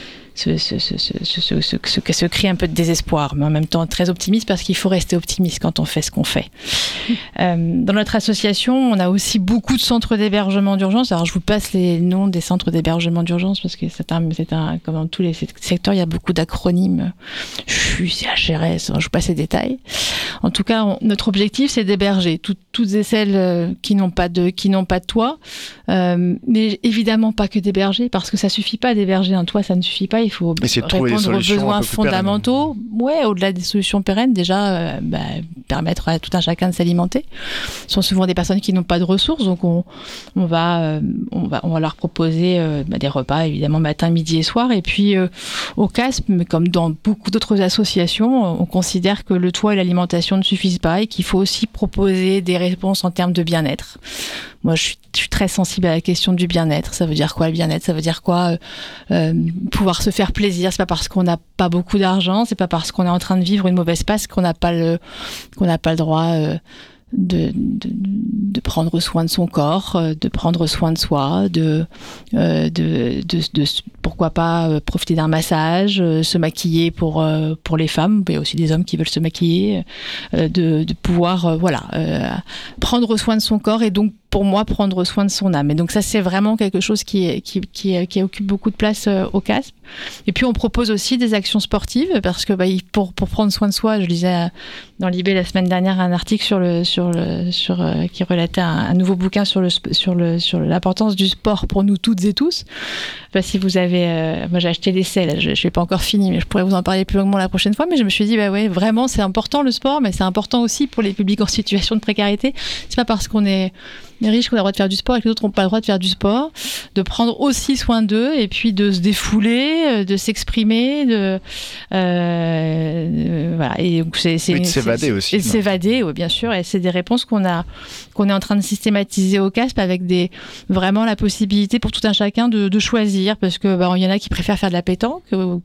ce cri un peu de désespoir, mais en même temps très optimiste, parce qu'il faut rester optimiste quand on fait ce qu'on fait. Dans notre association, on a aussi beaucoup de centres d'hébergement d'urgence. Alors je vous passe les noms des centres d'hébergement d'urgence, parce que c'est comme dans tous les secteurs, il y a beaucoup d'acronymes. CHRS, je vous passe les détails. En tout cas, notre objectif, c'est d'héberger toutes et celles qui n'ont pas de toit, mais évidemment pas que d'héberger, parce que ça suffit pas d'héberger un toit, ça ne suffit pas. Il faut répondre aux besoins fondamentaux. Ouais, au-delà des solutions pérennes, déjà permettre à tout un chacun de s'alimenter. Ce sont souvent des personnes qui n'ont pas de ressources, donc on va leur proposer des repas, évidemment matin, midi et soir. Et puis au CASP, mais comme dans beaucoup d'autres associations, on considère que le toit et l'alimentation ne suffisent pas et qu'il faut aussi proposer des réponses en termes de bien-être. Moi, je suis très sensible à la question du bien-être. Ça veut dire quoi, le bien-être? Ça veut dire quoi, pouvoir se faire plaisir? C'est pas parce qu'on n'a pas beaucoup d'argent, c'est pas parce qu'on est en train de vivre une mauvaise passe qu'on n'a pas le droit prendre soin de son corps, de prendre soin de soi, pourquoi pas profiter d'un massage, se maquiller pour les femmes, mais aussi des hommes qui veulent se maquiller, de pouvoir prendre soin de son corps et donc pour moi prendre soin de son âme. Et donc ça c'est vraiment quelque chose qui occupe beaucoup de place au CASP. Et puis on propose aussi des actions sportives parce que pour prendre soin de soi, je lisais dans l'IB la semaine dernière un article qui relatait un nouveau bouquin sur l'importance du sport pour nous toutes et tous. Si vous avez, moi j'ai acheté l'essai, là, je l'ai pas encore fini, mais je pourrais vous en parler plus longuement la prochaine fois. Mais je me suis dit vraiment c'est important le sport, mais c'est important aussi pour les publics en situation de précarité. C'est pas parce qu'on est riche qu'on a le droit de faire du sport et que les autres n'ont pas le droit de faire du sport, de prendre aussi soin d'eux et puis de se défouler, de s'exprimer, voilà. Et donc de s'évader aussi. Et de s'évader, oui, bien sûr. Et c'est des réponses qu'on est en train de systématiser au CASP avec vraiment la possibilité pour tout un chacun de choisir, parce que il y en a qui préfèrent faire de la pétanque.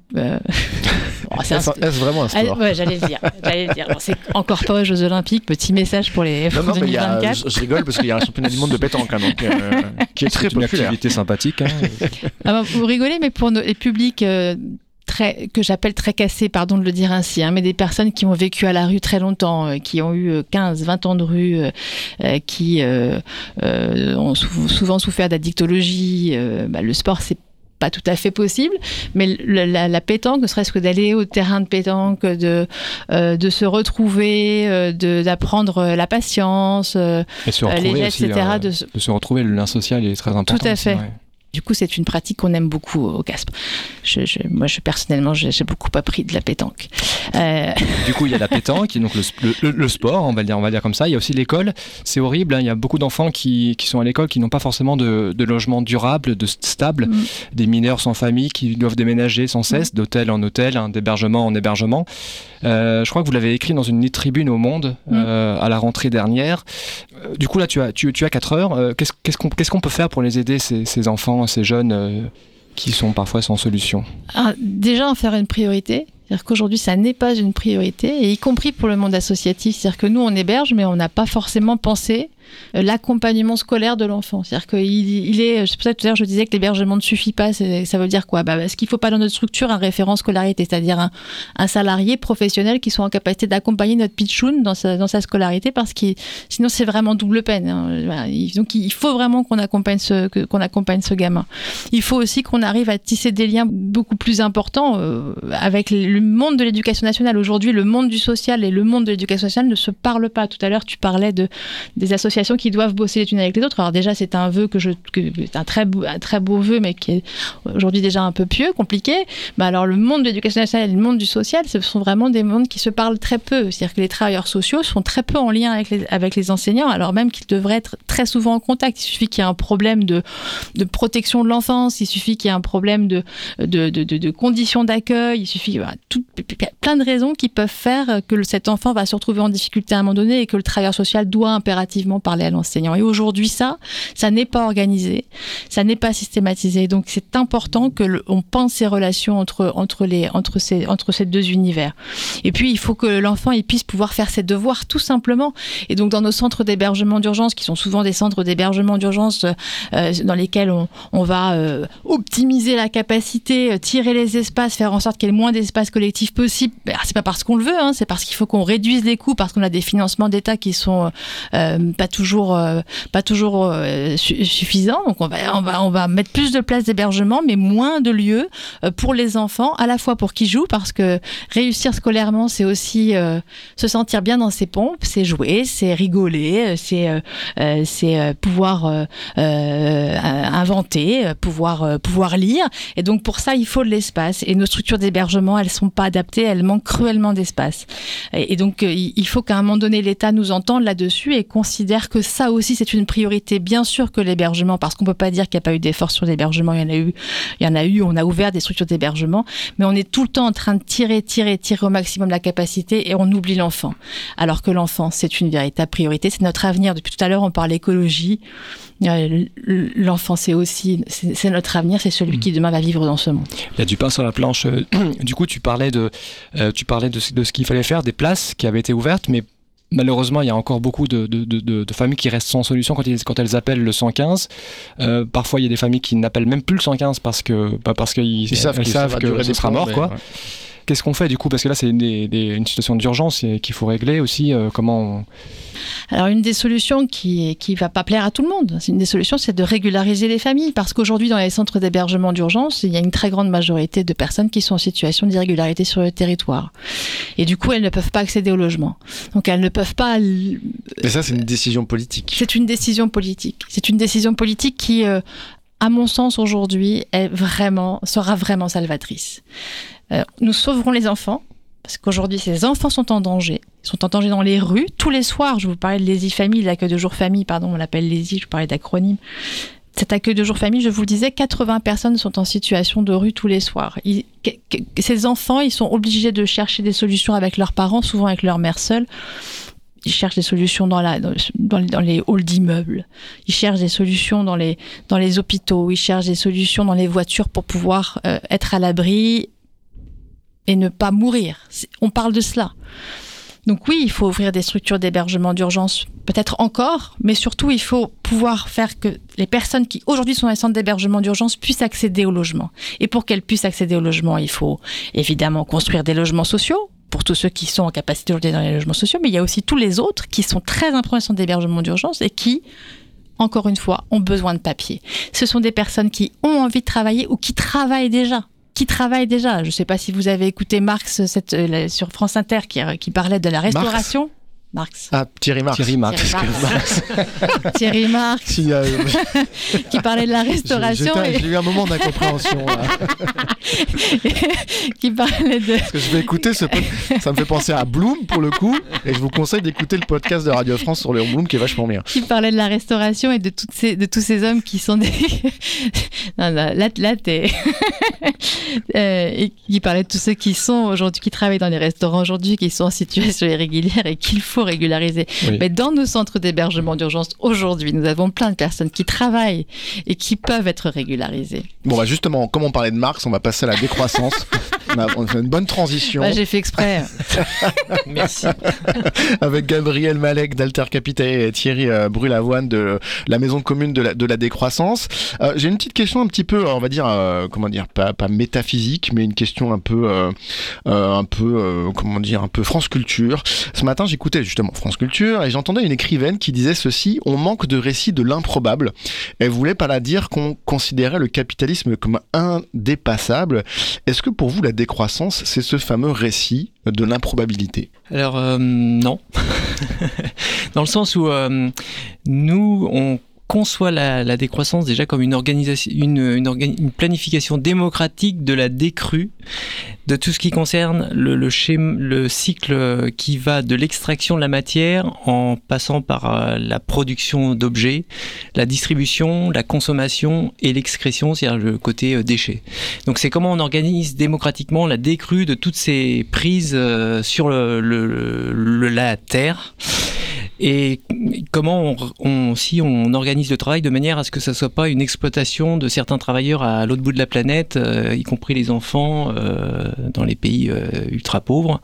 Est-ce vraiment un sport? Ouais, j'allais le dire. Bon, c'est encore pas aux Jeux Olympiques. Petit message pour les 2024. Je rigole parce qu'il y a un championnat du monde de pétanque qui est très populaire. Une activité sympathique. Vous rigolez, mais pour les publics que j'appelle très cassés, pardon de le dire ainsi, mais des personnes qui ont vécu à la rue très longtemps, qui ont eu 15-20 ans de rue, qui ont souvent souffert d'addictologie, le sport, c'est pas tout à fait possible, mais la pétanque, ne serait-ce que d'aller au terrain de pétanque, de se retrouver, d'apprendre la patience, et se retrouver les gestes, aussi, etc. de se retrouver, le lien social est très important. Tout à fait. Aussi, ouais. Du coup, c'est une pratique qu'on aime beaucoup au CASP. Moi, personnellement, j'ai beaucoup appris de la pétanque. Du coup, il y a la pétanque, donc le sport, on va le dire comme ça. Il y a aussi l'école. C'est horrible, il y a beaucoup d'enfants qui sont à l'école qui n'ont pas forcément de logement durable, stable. Des mineurs sans famille qui doivent déménager sans cesse, d'hôtel en hôtel, d'hébergement en hébergement. Je crois que vous l'avez écrit dans une tribune au Monde à la rentrée dernière. Du coup, là, tu as 4 heures. Qu'est-ce qu'on peut faire pour les aider, ces enfants, ces jeunes qui sont parfois sans solution? Déjà, en faire une priorité. C'est-à-dire qu'aujourd'hui, ça n'est pas une priorité, et y compris pour le monde associatif. C'est-à-dire que nous, on héberge, mais on n'a pas forcément pensé l'accompagnement scolaire de l'enfant. C'est-à-dire qu'il est... C'est pour ça que tout à l'heure, je disais que l'hébergement ne suffit pas. Ça veut dire quoi? Parce qu'il ne faut pas dans notre structure un référent scolarité, c'est-à-dire un salarié professionnel qui soit en capacité d'accompagner notre pitchoun dans sa scolarité, parce que sinon, c'est vraiment double peine. Donc, il faut vraiment qu'on accompagne ce gamin. Il faut aussi qu'on arrive à tisser des liens beaucoup plus importants avec le monde de l'éducation nationale. Aujourd'hui, le monde du social et le monde de l'éducation nationale ne se parlent pas. Tout à l'heure, tu parlais des associations qui doivent bosser les unes avec les autres. Alors déjà, c'est un vœu c'est un très beau vœu, mais qui est aujourd'hui déjà un peu pieux, compliqué. Alors le monde de l'éducation nationale et le monde du social, ce sont vraiment des mondes qui se parlent très peu. C'est-à-dire que les travailleurs sociaux sont très peu en lien avec les enseignants, alors même qu'ils devraient être très souvent en contact. Il suffit qu'il y ait un problème de protection de l'enfance, il suffit qu'il y ait un problème de conditions d'accueil, il suffit plein de raisons qui peuvent faire que cet enfant va se retrouver en difficulté à un moment donné et que le travailleur social doit impérativement parler à l'enseignant. Et aujourd'hui, ça n'est pas organisé, ça n'est pas systématisé. Donc, c'est important que on pense ces relations entre ces deux univers. Et puis, il faut que l'enfant il puisse pouvoir faire ses devoirs, tout simplement. Et donc, dans nos centres d'hébergement d'urgence, qui sont souvent des centres d'hébergement d'urgence dans lesquels on va optimiser la capacité, tirer les espaces, faire en sorte qu'il y ait le moins d'espace collectif possible. C'est pas parce qu'on le veut, c'est parce qu'il faut qu'on réduise les coûts, parce qu'on a des financements d'État qui sont pas toujours suffisants. Donc on va mettre plus de places d'hébergement, mais moins de lieux pour les enfants, à la fois pour qu'ils jouent, parce que réussir scolairement, c'est aussi se sentir bien dans ses pompes, c'est jouer, c'est rigoler, c'est pouvoir inventer, pouvoir lire. Et donc pour ça, il faut de l'espace. Et nos structures d'hébergement, elles sont pas adaptées, elles manquent cruellement d'espace. Et donc il faut qu'à un moment donné, l'État nous entende là-dessus et considère que ça aussi, c'est une priorité. Bien sûr que l'hébergement, parce qu'on peut pas dire qu'il n'y a pas eu d'efforts sur l'hébergement, il y en a eu, on a ouvert des structures d'hébergement, mais on est tout le temps en train de tirer au maximum la capacité et on oublie l'enfant. Alors que l'enfant, c'est une véritable priorité, c'est notre avenir. Depuis tout à l'heure, on parle écologie. L'enfant, c'est notre avenir, c'est celui qui demain va vivre dans ce monde. Il y a du pain sur la planche. Du coup, tu parlais de ce qu'il fallait faire, des places qui avaient été ouvertes, mais Malheureusement, il y a encore beaucoup de familles qui restent sans solution quand elles appellent le 115. Parfois, il y a des familles qui n'appellent même plus le 115 parce qu'ils savent que ce sera mort, quoi. Ouais. Qu'est-ce qu'on fait du coup ? Parce que là, c'est une situation d'urgence qu'il faut régler aussi. Alors, une des solutions qui va pas plaire à tout le monde, une des solutions, c'est de régulariser les familles. Parce qu'aujourd'hui, dans les centres d'hébergement d'urgence, il y a une très grande majorité de personnes qui sont en situation d'irrégularité sur le territoire. Et du coup, elles ne peuvent pas accéder au logement. Donc, elles ne peuvent pas... Et ça, c'est une décision politique. C'est une décision politique. C'est une décision politique qui, à mon sens, aujourd'hui, sera vraiment salvatrice. Nous sauverons les enfants, parce qu'aujourd'hui, ces enfants sont en danger. Ils sont en danger dans les rues. Tous les soirs, je vous parlais de l'ESI Famille, l'accueil de jour famille, on l'appelle l'ESI, je vous parlais d'acronyme. Cet accueil de jour famille, je vous le disais, 80 personnes sont en situation de rue tous les soirs. Ces enfants, ils sont obligés de chercher des solutions avec leurs parents, souvent avec leur mère seule. Ils cherchent des solutions dans les halls d'immeubles. Ils cherchent des solutions dans les hôpitaux. Ils cherchent des solutions dans les voitures pour pouvoir être à l'abri et ne pas mourir. On parle de cela. Donc oui, il faut ouvrir des structures d'hébergement d'urgence, peut-être encore, mais surtout, il faut pouvoir faire que les personnes qui aujourd'hui sont dans les centres d'hébergement d'urgence puissent accéder au logement. Et pour qu'elles puissent accéder au logement, il faut évidemment construire des logements sociaux, pour tous ceux qui sont en capacité aujourd'hui dans les logements sociaux, mais il y a aussi tous les autres qui sont très imprégnés en centre d'hébergement d'urgence et qui, encore une fois, ont besoin de papier. Ce sont des personnes qui ont envie de travailler ou qui travaillent déjà. Je ne sais pas si vous avez écouté Marx sur France Inter qui parlait de la restauration. Marx. Ah, Thierry Marx. Thierry Marx. Qui parlait de la restauration. J'ai eu un moment d'incompréhension. Qui parlait de... Parce que je vais écouter ça me fait penser à Bloom pour le coup, et je vous conseille d'écouter le podcast de Radio France sur Léon Bloom qui est vachement bien. Qui parlait de la restauration et de tous ces hommes qui sont des... non, là t'es... et qui parlait de tous ceux qui sont aujourd'hui, qui travaillent dans les restaurants aujourd'hui, qui sont en situation irrégulière et qu'il faut régulariser. Oui. Mais dans nos centres d'hébergement d'urgence aujourd'hui, nous avons plein de personnes qui travaillent et qui peuvent être régularisées. Bon, bah justement, comme on parlait de Marx, on va passer à la décroissance. On fait une bonne transition. J'ai fait exprès. Merci. Avec Gabriel Malek d'Alter Capital et Thierry Brulavoine de la maison commune de la décroissance. J'ai une petite question un petit peu, on va dire, pas métaphysique, mais une question un peu France Culture. Ce matin, j'écoutais justement France Culture et j'entendais une écrivaine qui disait ceci: on manque de récits de l'improbable. Elle voulait par là dire qu'on considérait le capitalisme comme indépassable. Est-ce que pour vous, la décroissance, c'est ce fameux récit de l'improbabilité ? Alors, non. Dans le sens où nous, on conçoit la décroissance déjà comme une organisation, une planification démocratique de la décrue, de tout ce qui concerne le cycle qui va de l'extraction de la matière en passant par la production d'objets, la distribution, la consommation et l'excrétion, c'est-à-dire le côté déchet. Donc c'est comment on organise démocratiquement la décrue de toutes ces prises sur la terre. Et comment on organise le travail de manière à ce que ça ne soit pas une exploitation de certains travailleurs à l'autre bout de la planète, y compris les enfants dans les pays ultra pauvres.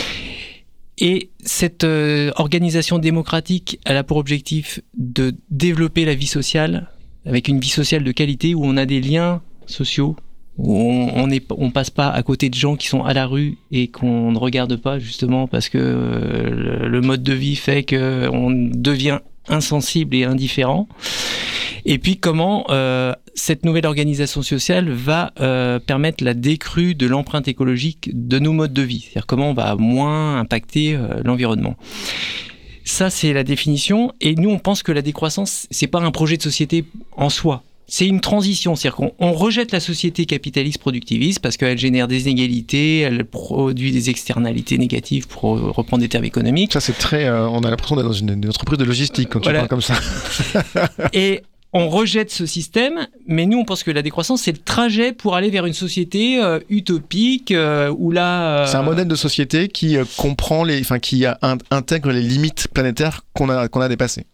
Et cette organisation démocratique, elle a pour objectif de développer la vie sociale, avec une vie sociale de qualité où on a des liens sociaux, où on passe pas à côté de gens qui sont à la rue et qu'on ne regarde pas justement parce que le mode de vie fait qu'on devient insensible et indifférent. Et puis comment cette nouvelle organisation sociale va permettre la décrue de l'empreinte écologique de nos modes de vie, c'est-à-dire comment on va moins impacter l'environnement. Ça, c'est la définition. Et nous, on pense que la décroissance, c'est pas un projet de société en soi. C'est une transition, c'est-à-dire qu'on rejette la société capitaliste productiviste parce qu'elle génère des inégalités, elle produit des externalités négatives pour reprendre des termes économiques. Ça, c'est très... on a l'impression d'être dans une entreprise de logistique quand tu parles comme ça. Et on rejette ce système, mais nous, on pense que la décroissance, c'est le trajet pour aller vers une société utopique où là... C'est un modèle de société qui comprend qui intègre les limites planétaires qu'on a dépassées.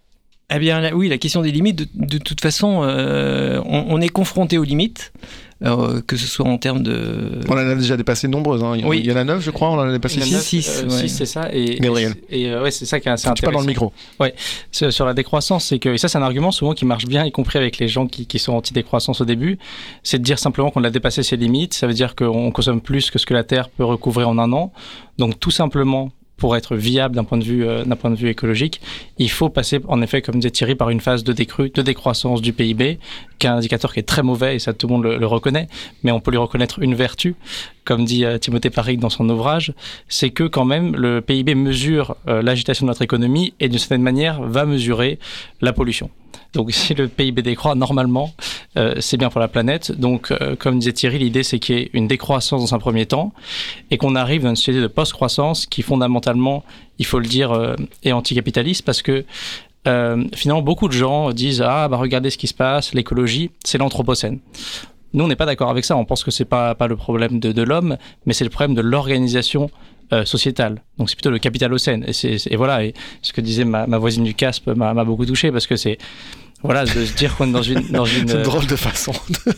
Eh bien, oui, la question des limites, de toute façon, on est confronté aux limites. Que ce soit en termes de... On en a déjà dépassé de nombreuses. Hein. Oui. Il y en a 9, je crois. On en a dépassé 6. 6, c'est ça. Et, Gabriel. Ouais, c'est ça qui est assez intéressant. Tu parles dans le micro. Ouais. Sur la décroissance, c'est que, et ça, c'est un argument souvent qui marche bien, y compris avec les gens qui sont anti-décroissance au début, c'est de dire simplement qu'on a dépassé ses limites. Ça veut dire qu'on consomme plus que ce que la Terre peut recouvrir en un an. Donc, tout simplement, pour être viable d'un point de vue écologique, il faut passer, en effet, comme disait Thierry, par une phase de décroissance du PIB, qui est un indicateur qui est très mauvais, et ça tout le monde le reconnaît, mais on peut lui reconnaître une vertu, comme dit Timothée Parric dans son ouvrage, c'est que quand même le PIB mesure l'agitation de notre économie et d'une certaine manière va mesurer la pollution. Donc si le PIB décroît, normalement, c'est bien pour la planète. Donc comme disait Thierry, l'idée c'est qu'il y ait une décroissance dans un premier temps et qu'on arrive dans une société de post-croissance qui fondamentalement, il faut le dire, est anticapitaliste parce que finalement beaucoup de gens disent « Ah, bah regardez ce qui se passe, l'écologie, c'est l'anthropocène ». Nous, on n'est pas d'accord avec ça. On pense que c'est pas le problème de l'homme, mais c'est le problème de l'organisation sociétale. Donc c'est plutôt le capitalocène. Et voilà. Et ce que disait ma voisine du CASP m'a beaucoup touché parce que c'est voilà de se dire qu'on est dans une c'est une drôle de façon.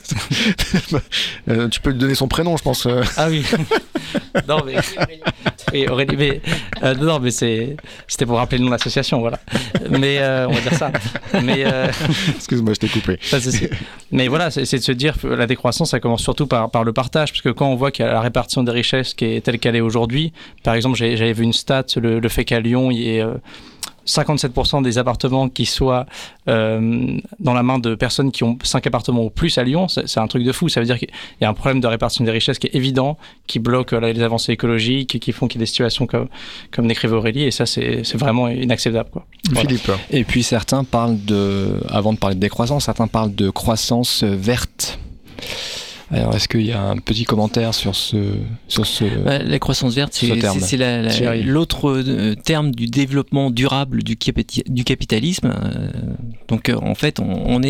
Tu peux lui donner son prénom, je pense. Ah oui. Non mais oui, Aurélie, mais non mais c'était pour rappeler le nom de l'association, voilà. Mais on va dire ça. Mais excuse-moi, je t'ai coupé. Mais voilà, c'est de se dire que la décroissance, ça commence surtout par le partage, parce que quand on voit qu'il y a la répartition des richesses qui est telle qu'elle est aujourd'hui, par exemple, j'avais vu une stat, le fait qu'à Lyon, il y ait 57% des appartements qui soient dans la main de personnes qui ont 5 appartements ou plus à Lyon, c'est un truc de fou. Ça veut dire qu'il y a un problème de répartition des richesses qui est évident, qui bloque les avancées écologiques, qui font qu'il y ait des situations comme décrivait Aurélie, et ça c'est vraiment inacceptable, quoi. Voilà. Philippe. Et puis certains parlent avant de parler de décroissance, certains parlent de croissance verte. Alors, est-ce qu'il y a un petit commentaire sur ce la croissance verte, c'est l'autre terme du développement durable du capitalisme. Donc, en fait,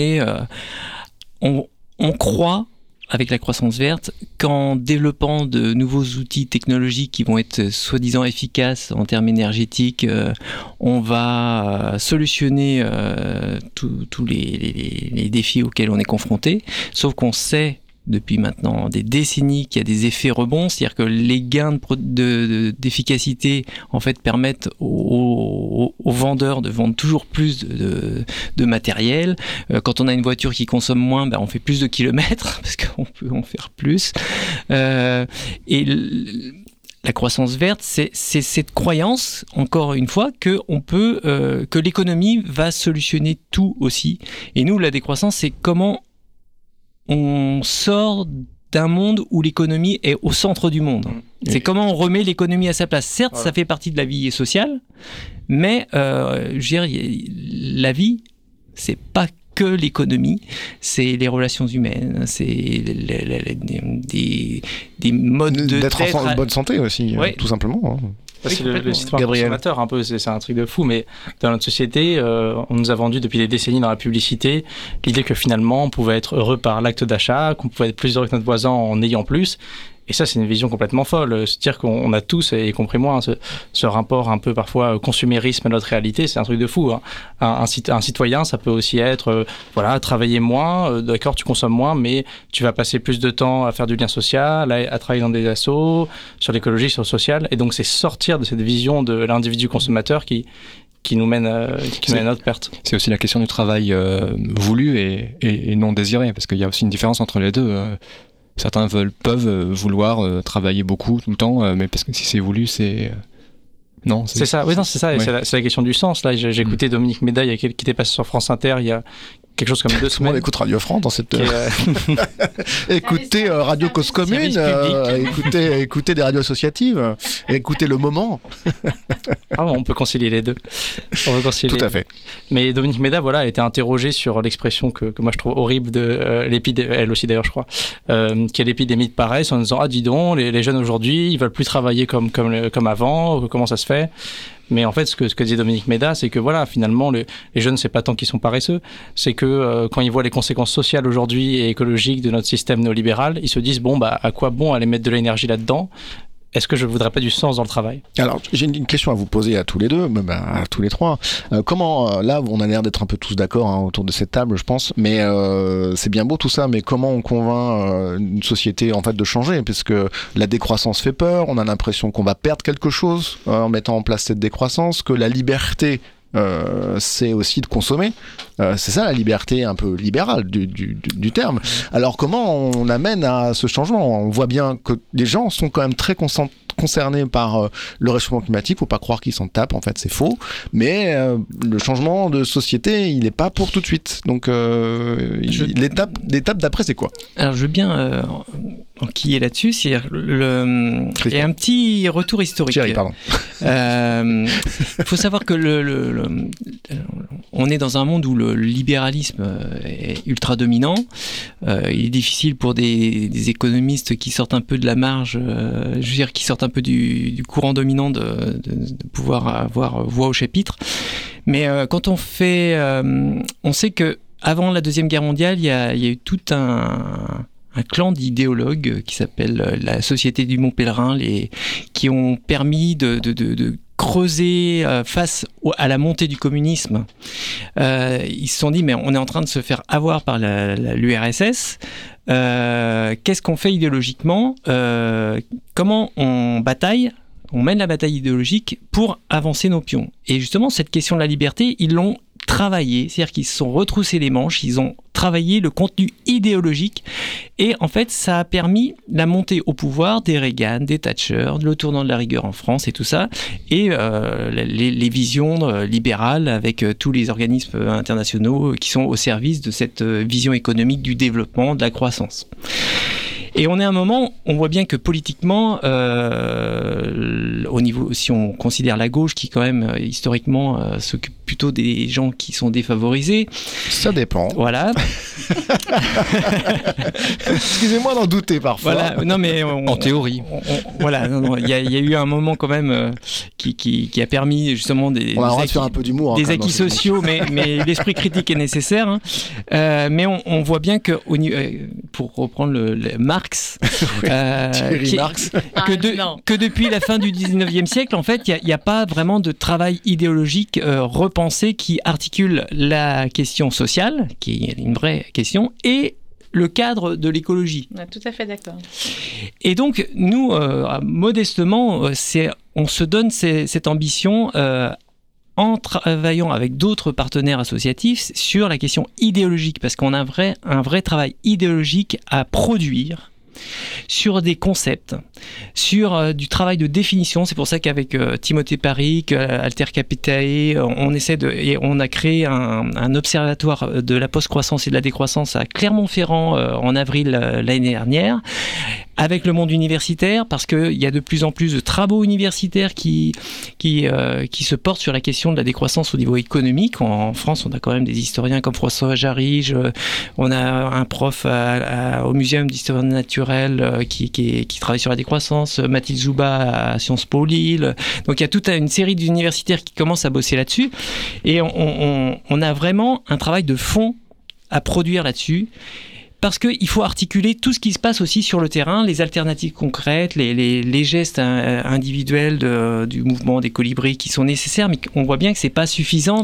on croit, avec la croissance verte, qu'en développant de nouveaux outils technologiques qui vont être soi-disant efficaces en termes énergétiques, on va solutionner tous les défis auxquels on est confronté. Sauf qu'on sait depuis maintenant des décennies qu'il y a des effets rebonds, c'est-à-dire que les gains d'efficacité en fait permettent aux vendeurs de vendre toujours plus de matériel. Quand on a une voiture qui consomme moins, on fait plus de kilomètres parce qu'on peut en faire plus. Et la croissance verte, c'est cette croyance, encore une fois, que l'économie va solutionner tout aussi. Et nous, la décroissance, c'est comment on sort d'un monde où l'économie est au centre du monde. C'est comment on remet l'économie à sa place. Certes, ça fait partie de la vie sociale, mais je veux dire, la vie, c'est pas que l'économie, c'est les relations humaines, c'est des modes d'être en bonne santé aussi, tout simplement. C'est le citoyen consommateur un peu, c'est un truc de fou, mais dans notre société, on nous a vendu depuis des décennies dans la publicité l'idée que finalement on pouvait être heureux par l'acte d'achat, qu'on pouvait être plus heureux que notre voisin en ayant plus. Et ça, c'est une vision complètement folle. C'est-à-dire qu'on a tous, y compris moi, ce rapport un peu parfois consumérisme à notre réalité, c'est un truc de fou. Hein. Un citoyen, ça peut aussi être, travailler moins, d'accord, tu consommes moins, mais tu vas passer plus de temps à faire du lien social, à travailler dans des assos, sur l'écologie, sur le social. Et donc, c'est sortir de cette vision de l'individu consommateur qui nous mène à notre perte. C'est aussi la question du travail voulu et non désiré, parce qu'il y a aussi une différence entre les deux. Certains peuvent vouloir travailler beaucoup tout le temps, mais parce que si c'est voulu, c'est... Non, c'est ça. Oui, non, c'est ça. Ouais. C'est la question du sens. Là, j'ai écouté Dominique Méda, qui était passé sur France Inter il y a quelque chose comme 2 semaines. On écoute Radio France dans cette... écoutez Radio Cause Commune, écoutez des radios associatives, écoutez Le Moment. On peut concilier les deux. Tout à fait. Mais Dominique Méda, a été interrogée sur l'expression que moi je trouve horrible de l'épidémie, elle aussi d'ailleurs je crois, qui est l'épidémie de paresse, en disant dis donc, les jeunes aujourd'hui, ils veulent plus travailler comme avant, comment ça se fait ? Mais en fait, ce que disait Dominique Méda, c'est que finalement, les jeunes, c'est pas tant qu'ils sont paresseux, c'est que quand ils voient les conséquences sociales aujourd'hui et écologiques de notre système néolibéral, ils se disent à quoi bon aller mettre de l'énergie là-dedans ? est-ce que je ne voudrais pas du sens dans le travail ? Alors, j'ai une question à vous poser à tous les deux, même à tous les trois. Comment, là, on a l'air d'être un peu tous d'accord autour de cette table, je pense, mais c'est bien beau tout ça, mais comment on convainc une société en fait de changer ? Parce que la décroissance fait peur, on a l'impression qu'on va perdre quelque chose en mettant en place cette décroissance, que la liberté c'est aussi de consommer. C'est ça la liberté un peu libérale du terme. Alors comment on amène à ce changement ? On voit bien que les gens sont quand même très concernés par le réchauffement climatique. Faut pas croire qu'ils s'en tapent, en fait c'est faux. Mais le changement de société, il n'est pas pour tout de suite. Donc l'étape d'après, c'est quoi ? Alors je veux bien enquiller là-dessus. Il y a un petit retour historique. Thierry, pardon. Faut savoir que on est dans un monde où le libéralisme est ultra dominant. Il est difficile pour des économistes qui sortent un peu de la marge, je veux dire qui sortent un peu du courant dominant de pouvoir avoir voix au chapitre. Mais quand on sait que avant la Deuxième Guerre mondiale, il y a eu tout un clan d'idéologues qui s'appelle la Société du Mont Pèlerin, qui ont permis de creuser face à la montée du communisme. Ils se sont dit, mais on est en train de se faire avoir par l'URSS. Qu'est-ce qu'on fait idéologiquement ? Comment on mène la bataille idéologique pour avancer nos pions ? Et justement, cette question de la liberté, ils l'ont travaillé, c'est-à-dire qu'ils se sont retroussés les manches, ils ont travaillé le contenu idéologique et en fait ça a permis la montée au pouvoir des Reagan, des Thatcher, le tournant de la rigueur en France et tout ça, et les visions libérales avec tous les organismes internationaux qui sont au service de cette vision économique du développement, de la croissance. Et on est à un moment, on voit bien que politiquement, au niveau, si on considère la gauche, qui quand même historiquement s'occupe plutôt des gens qui sont défavorisés. Ça dépend. Voilà. Excusez-moi d'en douter parfois. Voilà. Non mais en théorie. Voilà. Il y a eu un moment quand même qui a permis justement des acquis sociaux, mais l'esprit critique est nécessaire. Hein. Mais on voit bien que pour reprendre le Marx, que depuis la fin du 19e siècle, en fait, il n'y a pas vraiment de travail idéologique repensé qui articule la question sociale, qui est une vraie question, et le cadre de l'écologie. On est tout à fait d'accord. Et donc, nous, modestement, on se donne cette ambition en travaillant avec d'autres partenaires associatifs sur la question idéologique, parce qu'on a un vrai travail idéologique à produire sur des concepts, sur du travail de définition. C'est pour ça qu'avec Timothée Paric, Alter Capitae, on a créé un observatoire de la post-croissance et de la décroissance à Clermont-Ferrand en avril l'année dernière, avec le monde universitaire, parce qu'il y a de plus en plus de travaux universitaires qui se portent sur la question de la décroissance au niveau économique. En France, on a quand même des historiens comme François Jarige, on a un prof au Muséum d'histoire naturelle qui travaille sur la décroissance, Mathilde Zouba à Sciences Po Lille. Donc il y a toute une série d'universitaires qui commencent à bosser là-dessus. Et on a vraiment un travail de fond à produire là-dessus. Parce qu'il faut articuler tout ce qui se passe aussi sur le terrain, les alternatives concrètes, les gestes individuels du mouvement des colibris qui sont nécessaires, mais on voit bien que c'est pas suffisant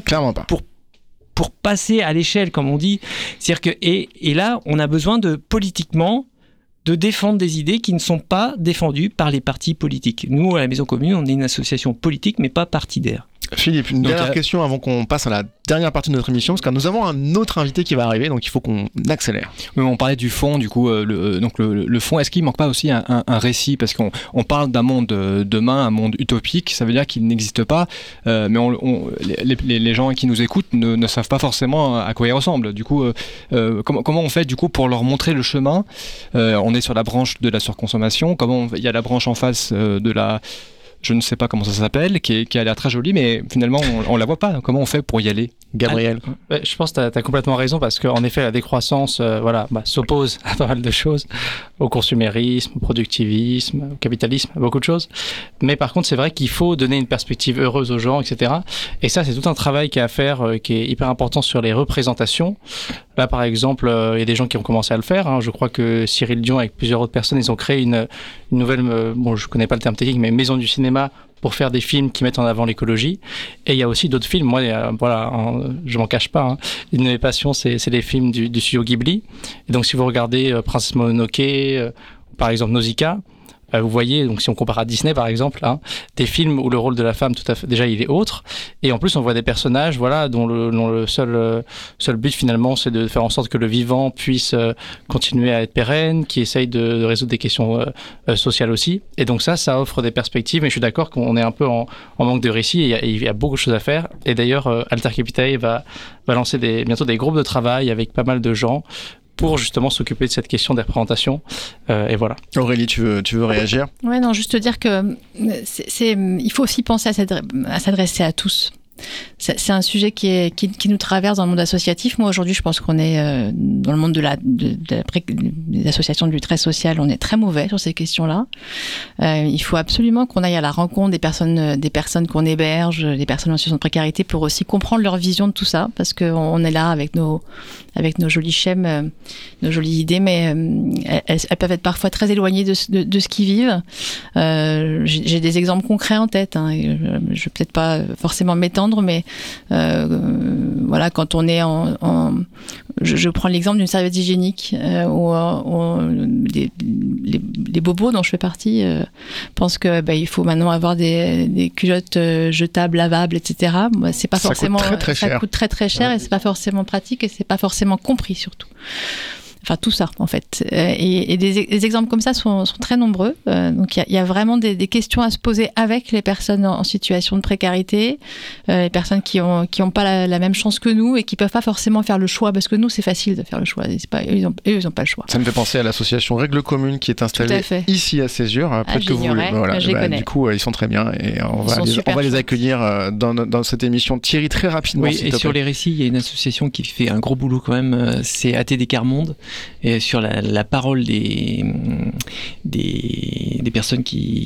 pour passer à l'échelle, comme on dit. C'est-à-dire que, et là, on a besoin politiquement de défendre des idées qui ne sont pas défendues par les partis politiques. Nous, à la Maison Commune, on est une association politique, mais pas partidaire. Philippe, une dernière question avant qu'on passe à la dernière partie de notre émission, parce que nous avons un autre invité qui va arriver, donc il faut qu'on accélère. Oui, on parlait du fond, du coup, le fond, est-ce qu'il ne manque pas aussi un récit ? Parce qu'on parle d'un monde demain, un monde utopique, ça veut dire qu'il n'existe pas, mais les gens qui nous écoutent ne savent pas forcément à quoi il ressemble. Du coup, comment on fait du coup pour leur montrer le chemin ? On est sur la branche de la surconsommation, il y a la branche en face de la... Je ne sais pas comment ça s'appelle, qui a l'air très jolie, mais finalement, on ne la voit pas. Comment on fait pour y aller ? Gabriel. Je pense que tu as complètement raison parce qu'en effet, la décroissance s'oppose à pas mal de choses, au consumérisme, au productivisme, au capitalisme, à beaucoup de choses. Mais par contre, c'est vrai qu'il faut donner une perspective heureuse aux gens, etc. Et ça, c'est tout un travail qu'il y a à faire qui est hyper important sur les représentations. Là, par exemple, il y a des gens qui ont commencé à le faire. Hein. Je crois que Cyril Dion, avec plusieurs autres personnes, ils ont créé une nouvelle, je connais pas le terme technique, mais maison du cinéma pour faire des films qui mettent en avant l'écologie. Et il y a aussi d'autres films. Moi, je m'en cache pas. Hein. Une de mes passions, c'est les films du studio Ghibli. Et donc, si vous regardez Princesse Mononoke, par exemple Nausicaa, vous voyez, donc si on compare à Disney par exemple, hein, des films où le rôle de la femme, tout à fait, déjà il est autre, et en plus on voit des personnages, dont le seul but finalement, c'est de faire en sorte que le vivant puisse continuer à être pérenne, qui essaye de résoudre des questions sociales aussi. Et donc ça offre des perspectives. Mais je suis d'accord qu'on est un peu en manque de récits. Et il y a beaucoup de choses à faire. Et d'ailleurs, Alter Capitae va lancer bientôt des groupes de travail avec pas mal de gens pour justement s'occuper de cette question des représentations. Et voilà. Aurélie, tu veux réagir ? Ouais, non, juste dire que il faut aussi penser à s'adresser à tous. C'est un sujet qui nous traverse dans le monde associatif. Moi, aujourd'hui, je pense qu'on est dans le monde des associations du trait social, on est très mauvais sur ces questions-là. Il faut absolument qu'on aille à la rencontre des personnes qu'on héberge, des personnes en situation de précarité, pour aussi comprendre leur vision de tout ça, parce qu'on est là avec nos jolis schèmes, nos jolies idées, mais elles peuvent être parfois très éloignées de ce qu'ils vivent. J'ai des exemples concrets en tête. Hein, je vais peut-être pas forcément m'étendre, mais voilà, quand on est je prends l'exemple d'une serviette hygiénique où les bobos dont je fais partie pensent que il faut maintenant avoir des culottes jetables, lavables, etc. C'est pas forcément, ça coûte très très cher, et c'est pas forcément pratique, et c'est pas forcément compris surtout. Enfin, tout ça, en fait. Et des exemples comme ça sont très nombreux. Donc, il y a vraiment des questions à se poser avec les personnes en situation de précarité, les personnes qui ont pas la même chance que nous et qui peuvent pas forcément faire le choix, parce que nous, c'est facile de faire le choix. Ils ont pas le choix. Ça me fait penser à l'association Règle Commune qui est installée ici à Césure. Peut-être que vous voulez. Voilà, du coup, ils sont très bien et on va les accueillir dans cette émission. Thierry, très rapidement. Oui, et sur les récits, il y a une association qui fait un gros boulot quand même. C'est ATD Quart Monde. Et sur la parole des personnes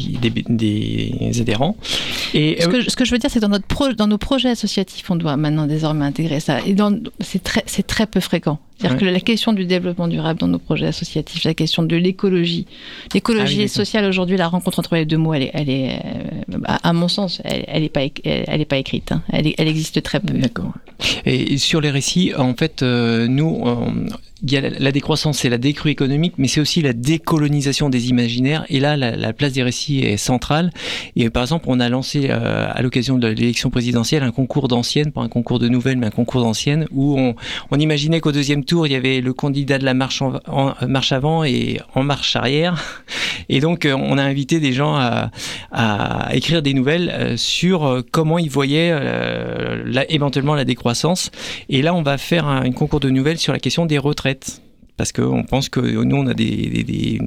des adhérents. Et ce que je veux dire, c'est que dans nos projets associatifs, on doit maintenant désormais intégrer ça. Et c'est très peu fréquent. C'est-à-dire que la question du développement durable dans nos projets associatifs, la question de l'écologie sociale aujourd'hui, la rencontre entre les deux mots, elle est à mon sens, elle est pas écrite. Hein. Elle existe très peu. D'accord. Et sur les récits, en fait, nous, il y a la décroissance, c'est la décrue économique, mais c'est aussi la décolonisation des imaginaires. Et là, la place des récits est centrale. Et par exemple, on a lancé à l'occasion de l'élection présidentielle un concours d'anciennes, pas un concours de nouvelles, mais un concours d'anciennes, où on imaginait qu'au deuxième tour, il y avait le candidat de la marche avant et en marche arrière. Et donc, on a invité des gens à écrire des nouvelles sur comment ils voyaient éventuellement la décroissance. Et là, on va faire un concours de nouvelles sur la question des retraites. Parce qu'on pense que nous, on a des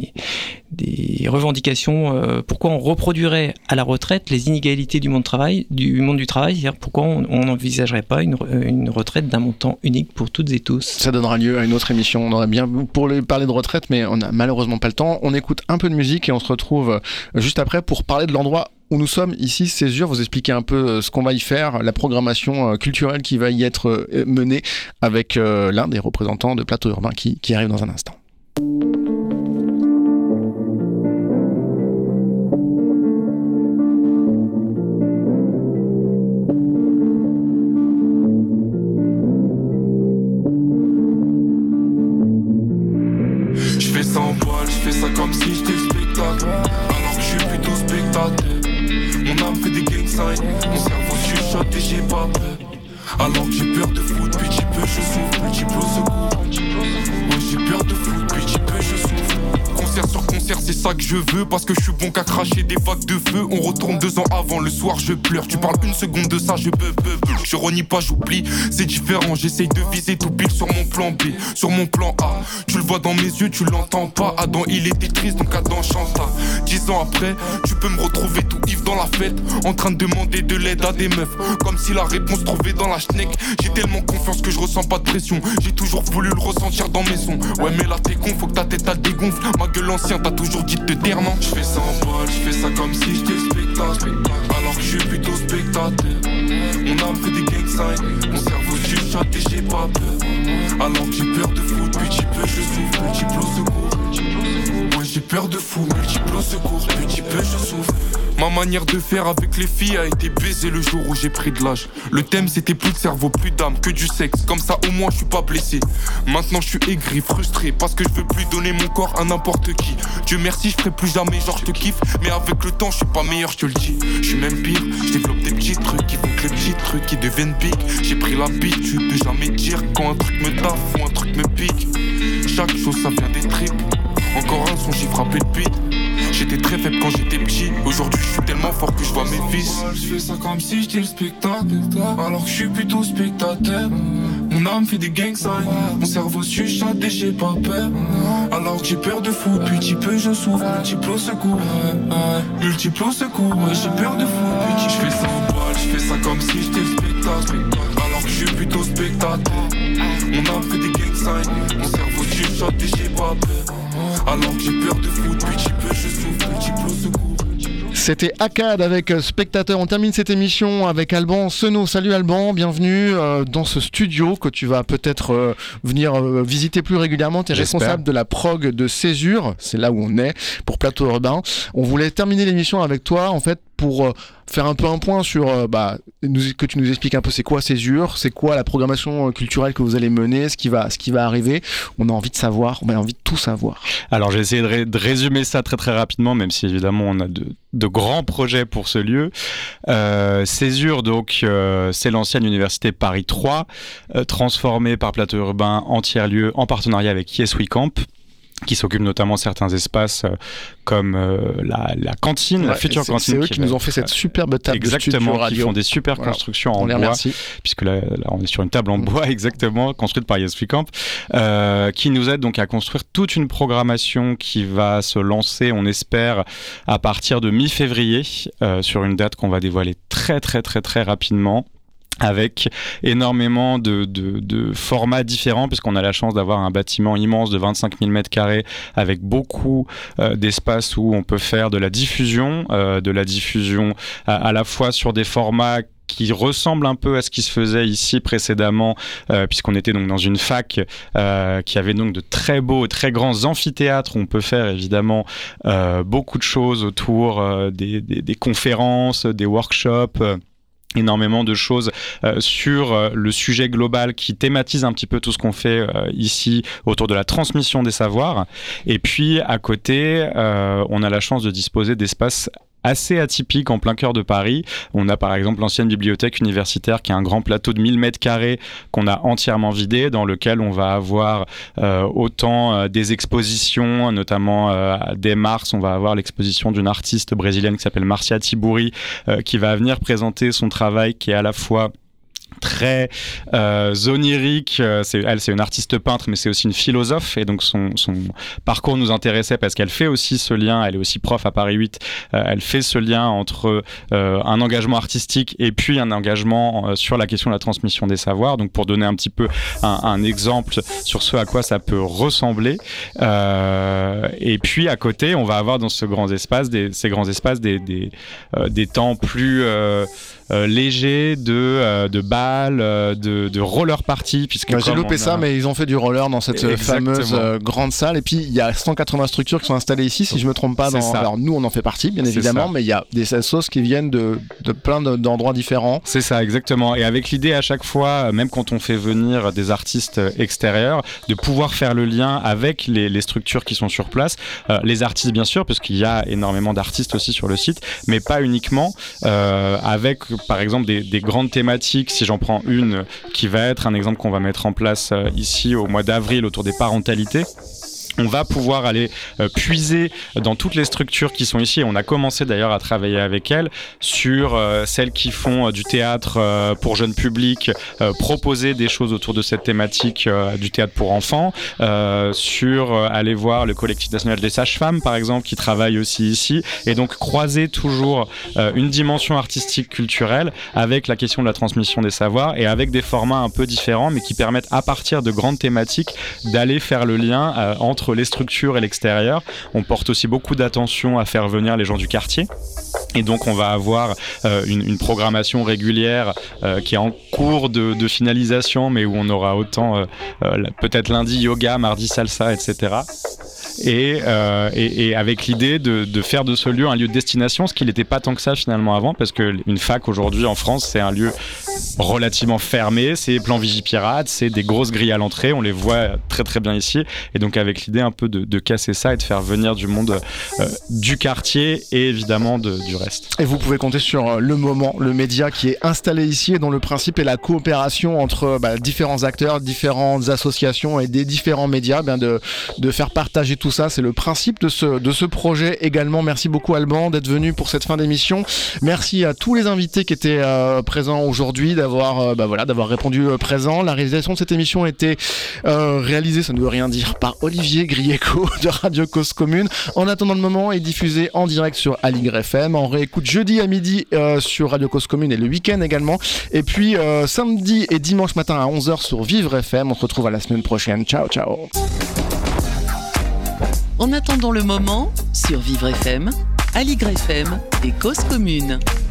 revendications. Pourquoi on reproduirait à la retraite les inégalités du monde du travail, c'est-à-dire pourquoi on n'envisagerait pas une retraite d'un montant unique pour toutes et tous. Ça donnera lieu à une autre émission. On aurait bien pour parler de retraite, mais on n'a malheureusement pas le temps. On écoute un peu de musique et on se retrouve juste après pour parler de l'endroit où nous sommes ici, Césure, vous expliquer un peu ce qu'on va y faire, la programmation culturelle qui va y être menée avec l'un des représentants de Plateau Urbain qui arrive dans un instant. Je fais ça en poil, je fais ça comme si j'étais le spectacle, alors que je suis plutôt spectateur. Mon âme fait des gang signs, mon cerveau chuchote et j'ai pas peur. Alors que j'ai peur de foot, puis j'ai peu, je souffre, multiple au secours. Ouais, j'ai peur de foot, puis j'ai peu, je souffre. Concert sur concert. concert, c'est ça que je veux. Parce que je suis bon qu'à cracher des vagues de feu. On retourne 2 ans avant, le soir je pleure. Tu parles une seconde de ça, je je renie pas, j'oublie. C'est différent, j'essaye de viser tout pile sur mon plan B, sur mon plan A. Tu le vois dans mes yeux, tu l'entends pas. Adam il était triste, donc Adam chanta. 10 ans après, tu peux me retrouver tout ivre dans la fête, en train de demander de l'aide à des meufs, comme si la réponse trouvait dans la schneck. J'ai tellement confiance que je ressens pas de pression. J'ai toujours voulu le ressentir dans mes sons. Ouais mais là t'es con, faut que ta tête elle dégonfle. Ma gueule ancien, t'as toujours dit de te taire, non? Je fais ça en balle, je fais ça comme si j'étais spectateur, alors que je suis plutôt spectateur. Mon âme fait des gang signs, mon cerveau chuchote et j'ai pas peur. Alors que j'ai peur de foot, petit peu je souffre, multiple au secours. Ouais j'ai peur de fou, multiple au secours, petit peu je souffre. Ma manière de faire avec les filles a été baisée le jour où j'ai pris de l'âge. Le thème c'était plus de cerveau, plus d'âme, que du sexe. Comme ça au moins je suis pas blessé. Maintenant je suis aigri, frustré, parce que je veux plus donner mon corps à n'importe qui. Dieu merci, je ferai plus jamais genre je te kiffe. Mais avec le temps je suis pas meilleur, je te le dis. Je suis même pire, je développe des petits trucs qui font que les petits trucs qui deviennent big. J'ai pris l'habitude de jamais dire quand un truc me taffe ou un truc me pique. Chaque chose ça vient des tripes. Encore un son, j'ai frappé le beat. J'étais très faible quand j'étais petit. Aujourd'hui je suis tellement fort que je vois mes fils. Je fais ça comme si j'étais le spectacle, alors que je suis plutôt spectateur. Mon âme fait des gang signs, mon cerveau chuchote et j'ai pas peur. Alors que j'ai peur de fou, petit peu je souffre. Multiple au secours, multiple au secours. Ouais j'ai peur de fou, petit. Je fais ça en balle, je fais ça comme si j'étais le spectacle, alors que je suis plutôt spectateur. Mon âme fait des gang signs, mon cerveau chuchote et j'ai pas peur. Alors que j'ai peur de foot, petit peu je souffre, multiple au secours. C'était Akkad avec Spectateur. On termine cette émission avec Alban Senot. Salut Alban, bienvenue dans ce studio que tu vas peut-être venir visiter plus régulièrement. Tu es responsable de la prog de Césure, c'est là où on est, pour Plateau Urbain. On voulait terminer l'émission avec toi en fait pour faire un peu un point sur que tu nous expliques un peu c'est quoi Césure, c'est quoi la programmation culturelle que vous allez mener, ce qui va arriver. On a envie de savoir, on a envie de tout savoir. Alors j'ai essayé de résumer ça très très rapidement, même si évidemment on a de grands projets pour ce lieu. Césure, donc c'est l'ancienne université Paris 3, transformée par Plateau Urbain en tiers-lieu en partenariat avec Yes We Camp, qui s'occupe notamment de certains espaces comme la cantine, la future cantine. C'est eux qui nous ont fait cette superbe table de studio radio. Qui font des super constructions en bois, puisque là on est sur une table en bois exactement, construite par Yes We Camp, qui nous aide donc à construire toute une programmation qui va se lancer, on espère, à partir de mi-février, sur une date qu'on va dévoiler très très très très rapidement, avec énormément de formats différents, puisqu'on a la chance d'avoir un bâtiment immense de 25 000 m2 avec beaucoup d'espace où on peut faire de la diffusion à la fois sur des formats qui ressemble un peu à ce qui se faisait ici précédemment, puisqu'on était donc dans une fac qui avait donc de très beaux, très grands amphithéâtres où on peut faire évidemment beaucoup de choses autour des conférences, des workshops, énormément de choses sur le sujet global qui thématise un petit peu tout ce qu'on fait ici autour de la transmission des savoirs. Et puis à côté, on a la chance de disposer d'espaces assez atypique en plein cœur de Paris. On a par exemple l'ancienne bibliothèque universitaire qui est un grand plateau de 1000 m2 qu'on a entièrement vidé, dans lequel on va avoir autant des expositions, notamment dès mars, on va avoir l'exposition d'une artiste brésilienne qui s'appelle Marcia Tiburi, qui va venir présenter son travail qui est à la fois très onirique. Elle, c'est une artiste peintre, mais c'est aussi une philosophe, et donc son parcours nous intéressait parce qu'elle fait aussi ce lien. Elle est aussi prof à Paris 8. Elle fait ce lien entre un engagement artistique et puis un engagement sur la question de la transmission des savoirs. Donc pour donner un petit peu un exemple sur ce à quoi ça peut ressembler. Et puis à côté, on va avoir dans ces grands espaces des temps plus léger de balles, de roller party, puisque j'ai loupé ça, mais ils ont fait du roller dans cette fameuse grande salle. Et puis il y a 180 structures qui sont installées ici, si je me trompe pas. Alors nous on en fait partie bien évidemment, mais il y a des assos qui viennent de plein d'endroits différents. C'est ça, exactement. Et avec l'idée à chaque fois, même quand on fait venir des artistes extérieurs, de pouvoir faire le lien avec les structures qui sont sur place, les artistes bien sûr, parce qu'il y a énormément d'artistes aussi sur le site, mais pas uniquement, avec par exemple des grandes thématiques. Si j'en prends une qui va être un exemple qu'on va mettre en place ici au mois d'avril autour des parentalités, on va pouvoir aller puiser dans toutes les structures qui sont ici. On a commencé d'ailleurs à travailler avec elles sur celles qui font du théâtre pour jeunes publics, proposer des choses autour de cette thématique du théâtre pour enfants, sur aller voir le collectif national des sages-femmes par exemple qui travaille aussi ici, et donc croiser toujours une dimension artistique culturelle avec la question de la transmission des savoirs et avec des formats un peu différents mais qui permettent à partir de grandes thématiques d'aller faire le lien entre les structures et l'extérieur. On porte aussi beaucoup d'attention à faire venir les gens du quartier. Et donc on va avoir une programmation régulière qui est en cours de finalisation, mais où on aura autant peut-être lundi yoga, mardi salsa, etc. Et avec l'idée de faire de ce lieu un lieu de destination, ce qui n'était pas tant que ça finalement avant, parce qu'une fac aujourd'hui en France c'est un lieu relativement fermé, c'est plan Vigipirate, c'est des grosses grilles à l'entrée, on les voit très très bien ici, et donc avec l'idée un peu de casser ça et de faire venir du monde du quartier et évidemment du reste. Et vous pouvez compter sur Le Moment, le média qui est installé ici et dont le principe est la coopération entre différents acteurs, différentes associations et des différents médias, de faire partager tout ça, c'est le principe de ce projet également. Merci beaucoup Alban d'être venu pour cette fin d'émission. Merci à tous les invités qui étaient présents aujourd'hui, d'avoir répondu présent. La réalisation de cette émission a été réalisée, ça ne veut rien dire, par Olivier Grieco de Radio Cause Commune. En attendant le moment est diffusé en direct sur Aligre FM. On réécoute jeudi à midi sur Radio Cause Commune et le week-end également. Et puis samedi et dimanche matin à 11h sur Vivre FM. On se retrouve à la semaine prochaine. Ciao, ciao. En attendant le moment, sur Vivre FM, Aligre FM et Cause Commune.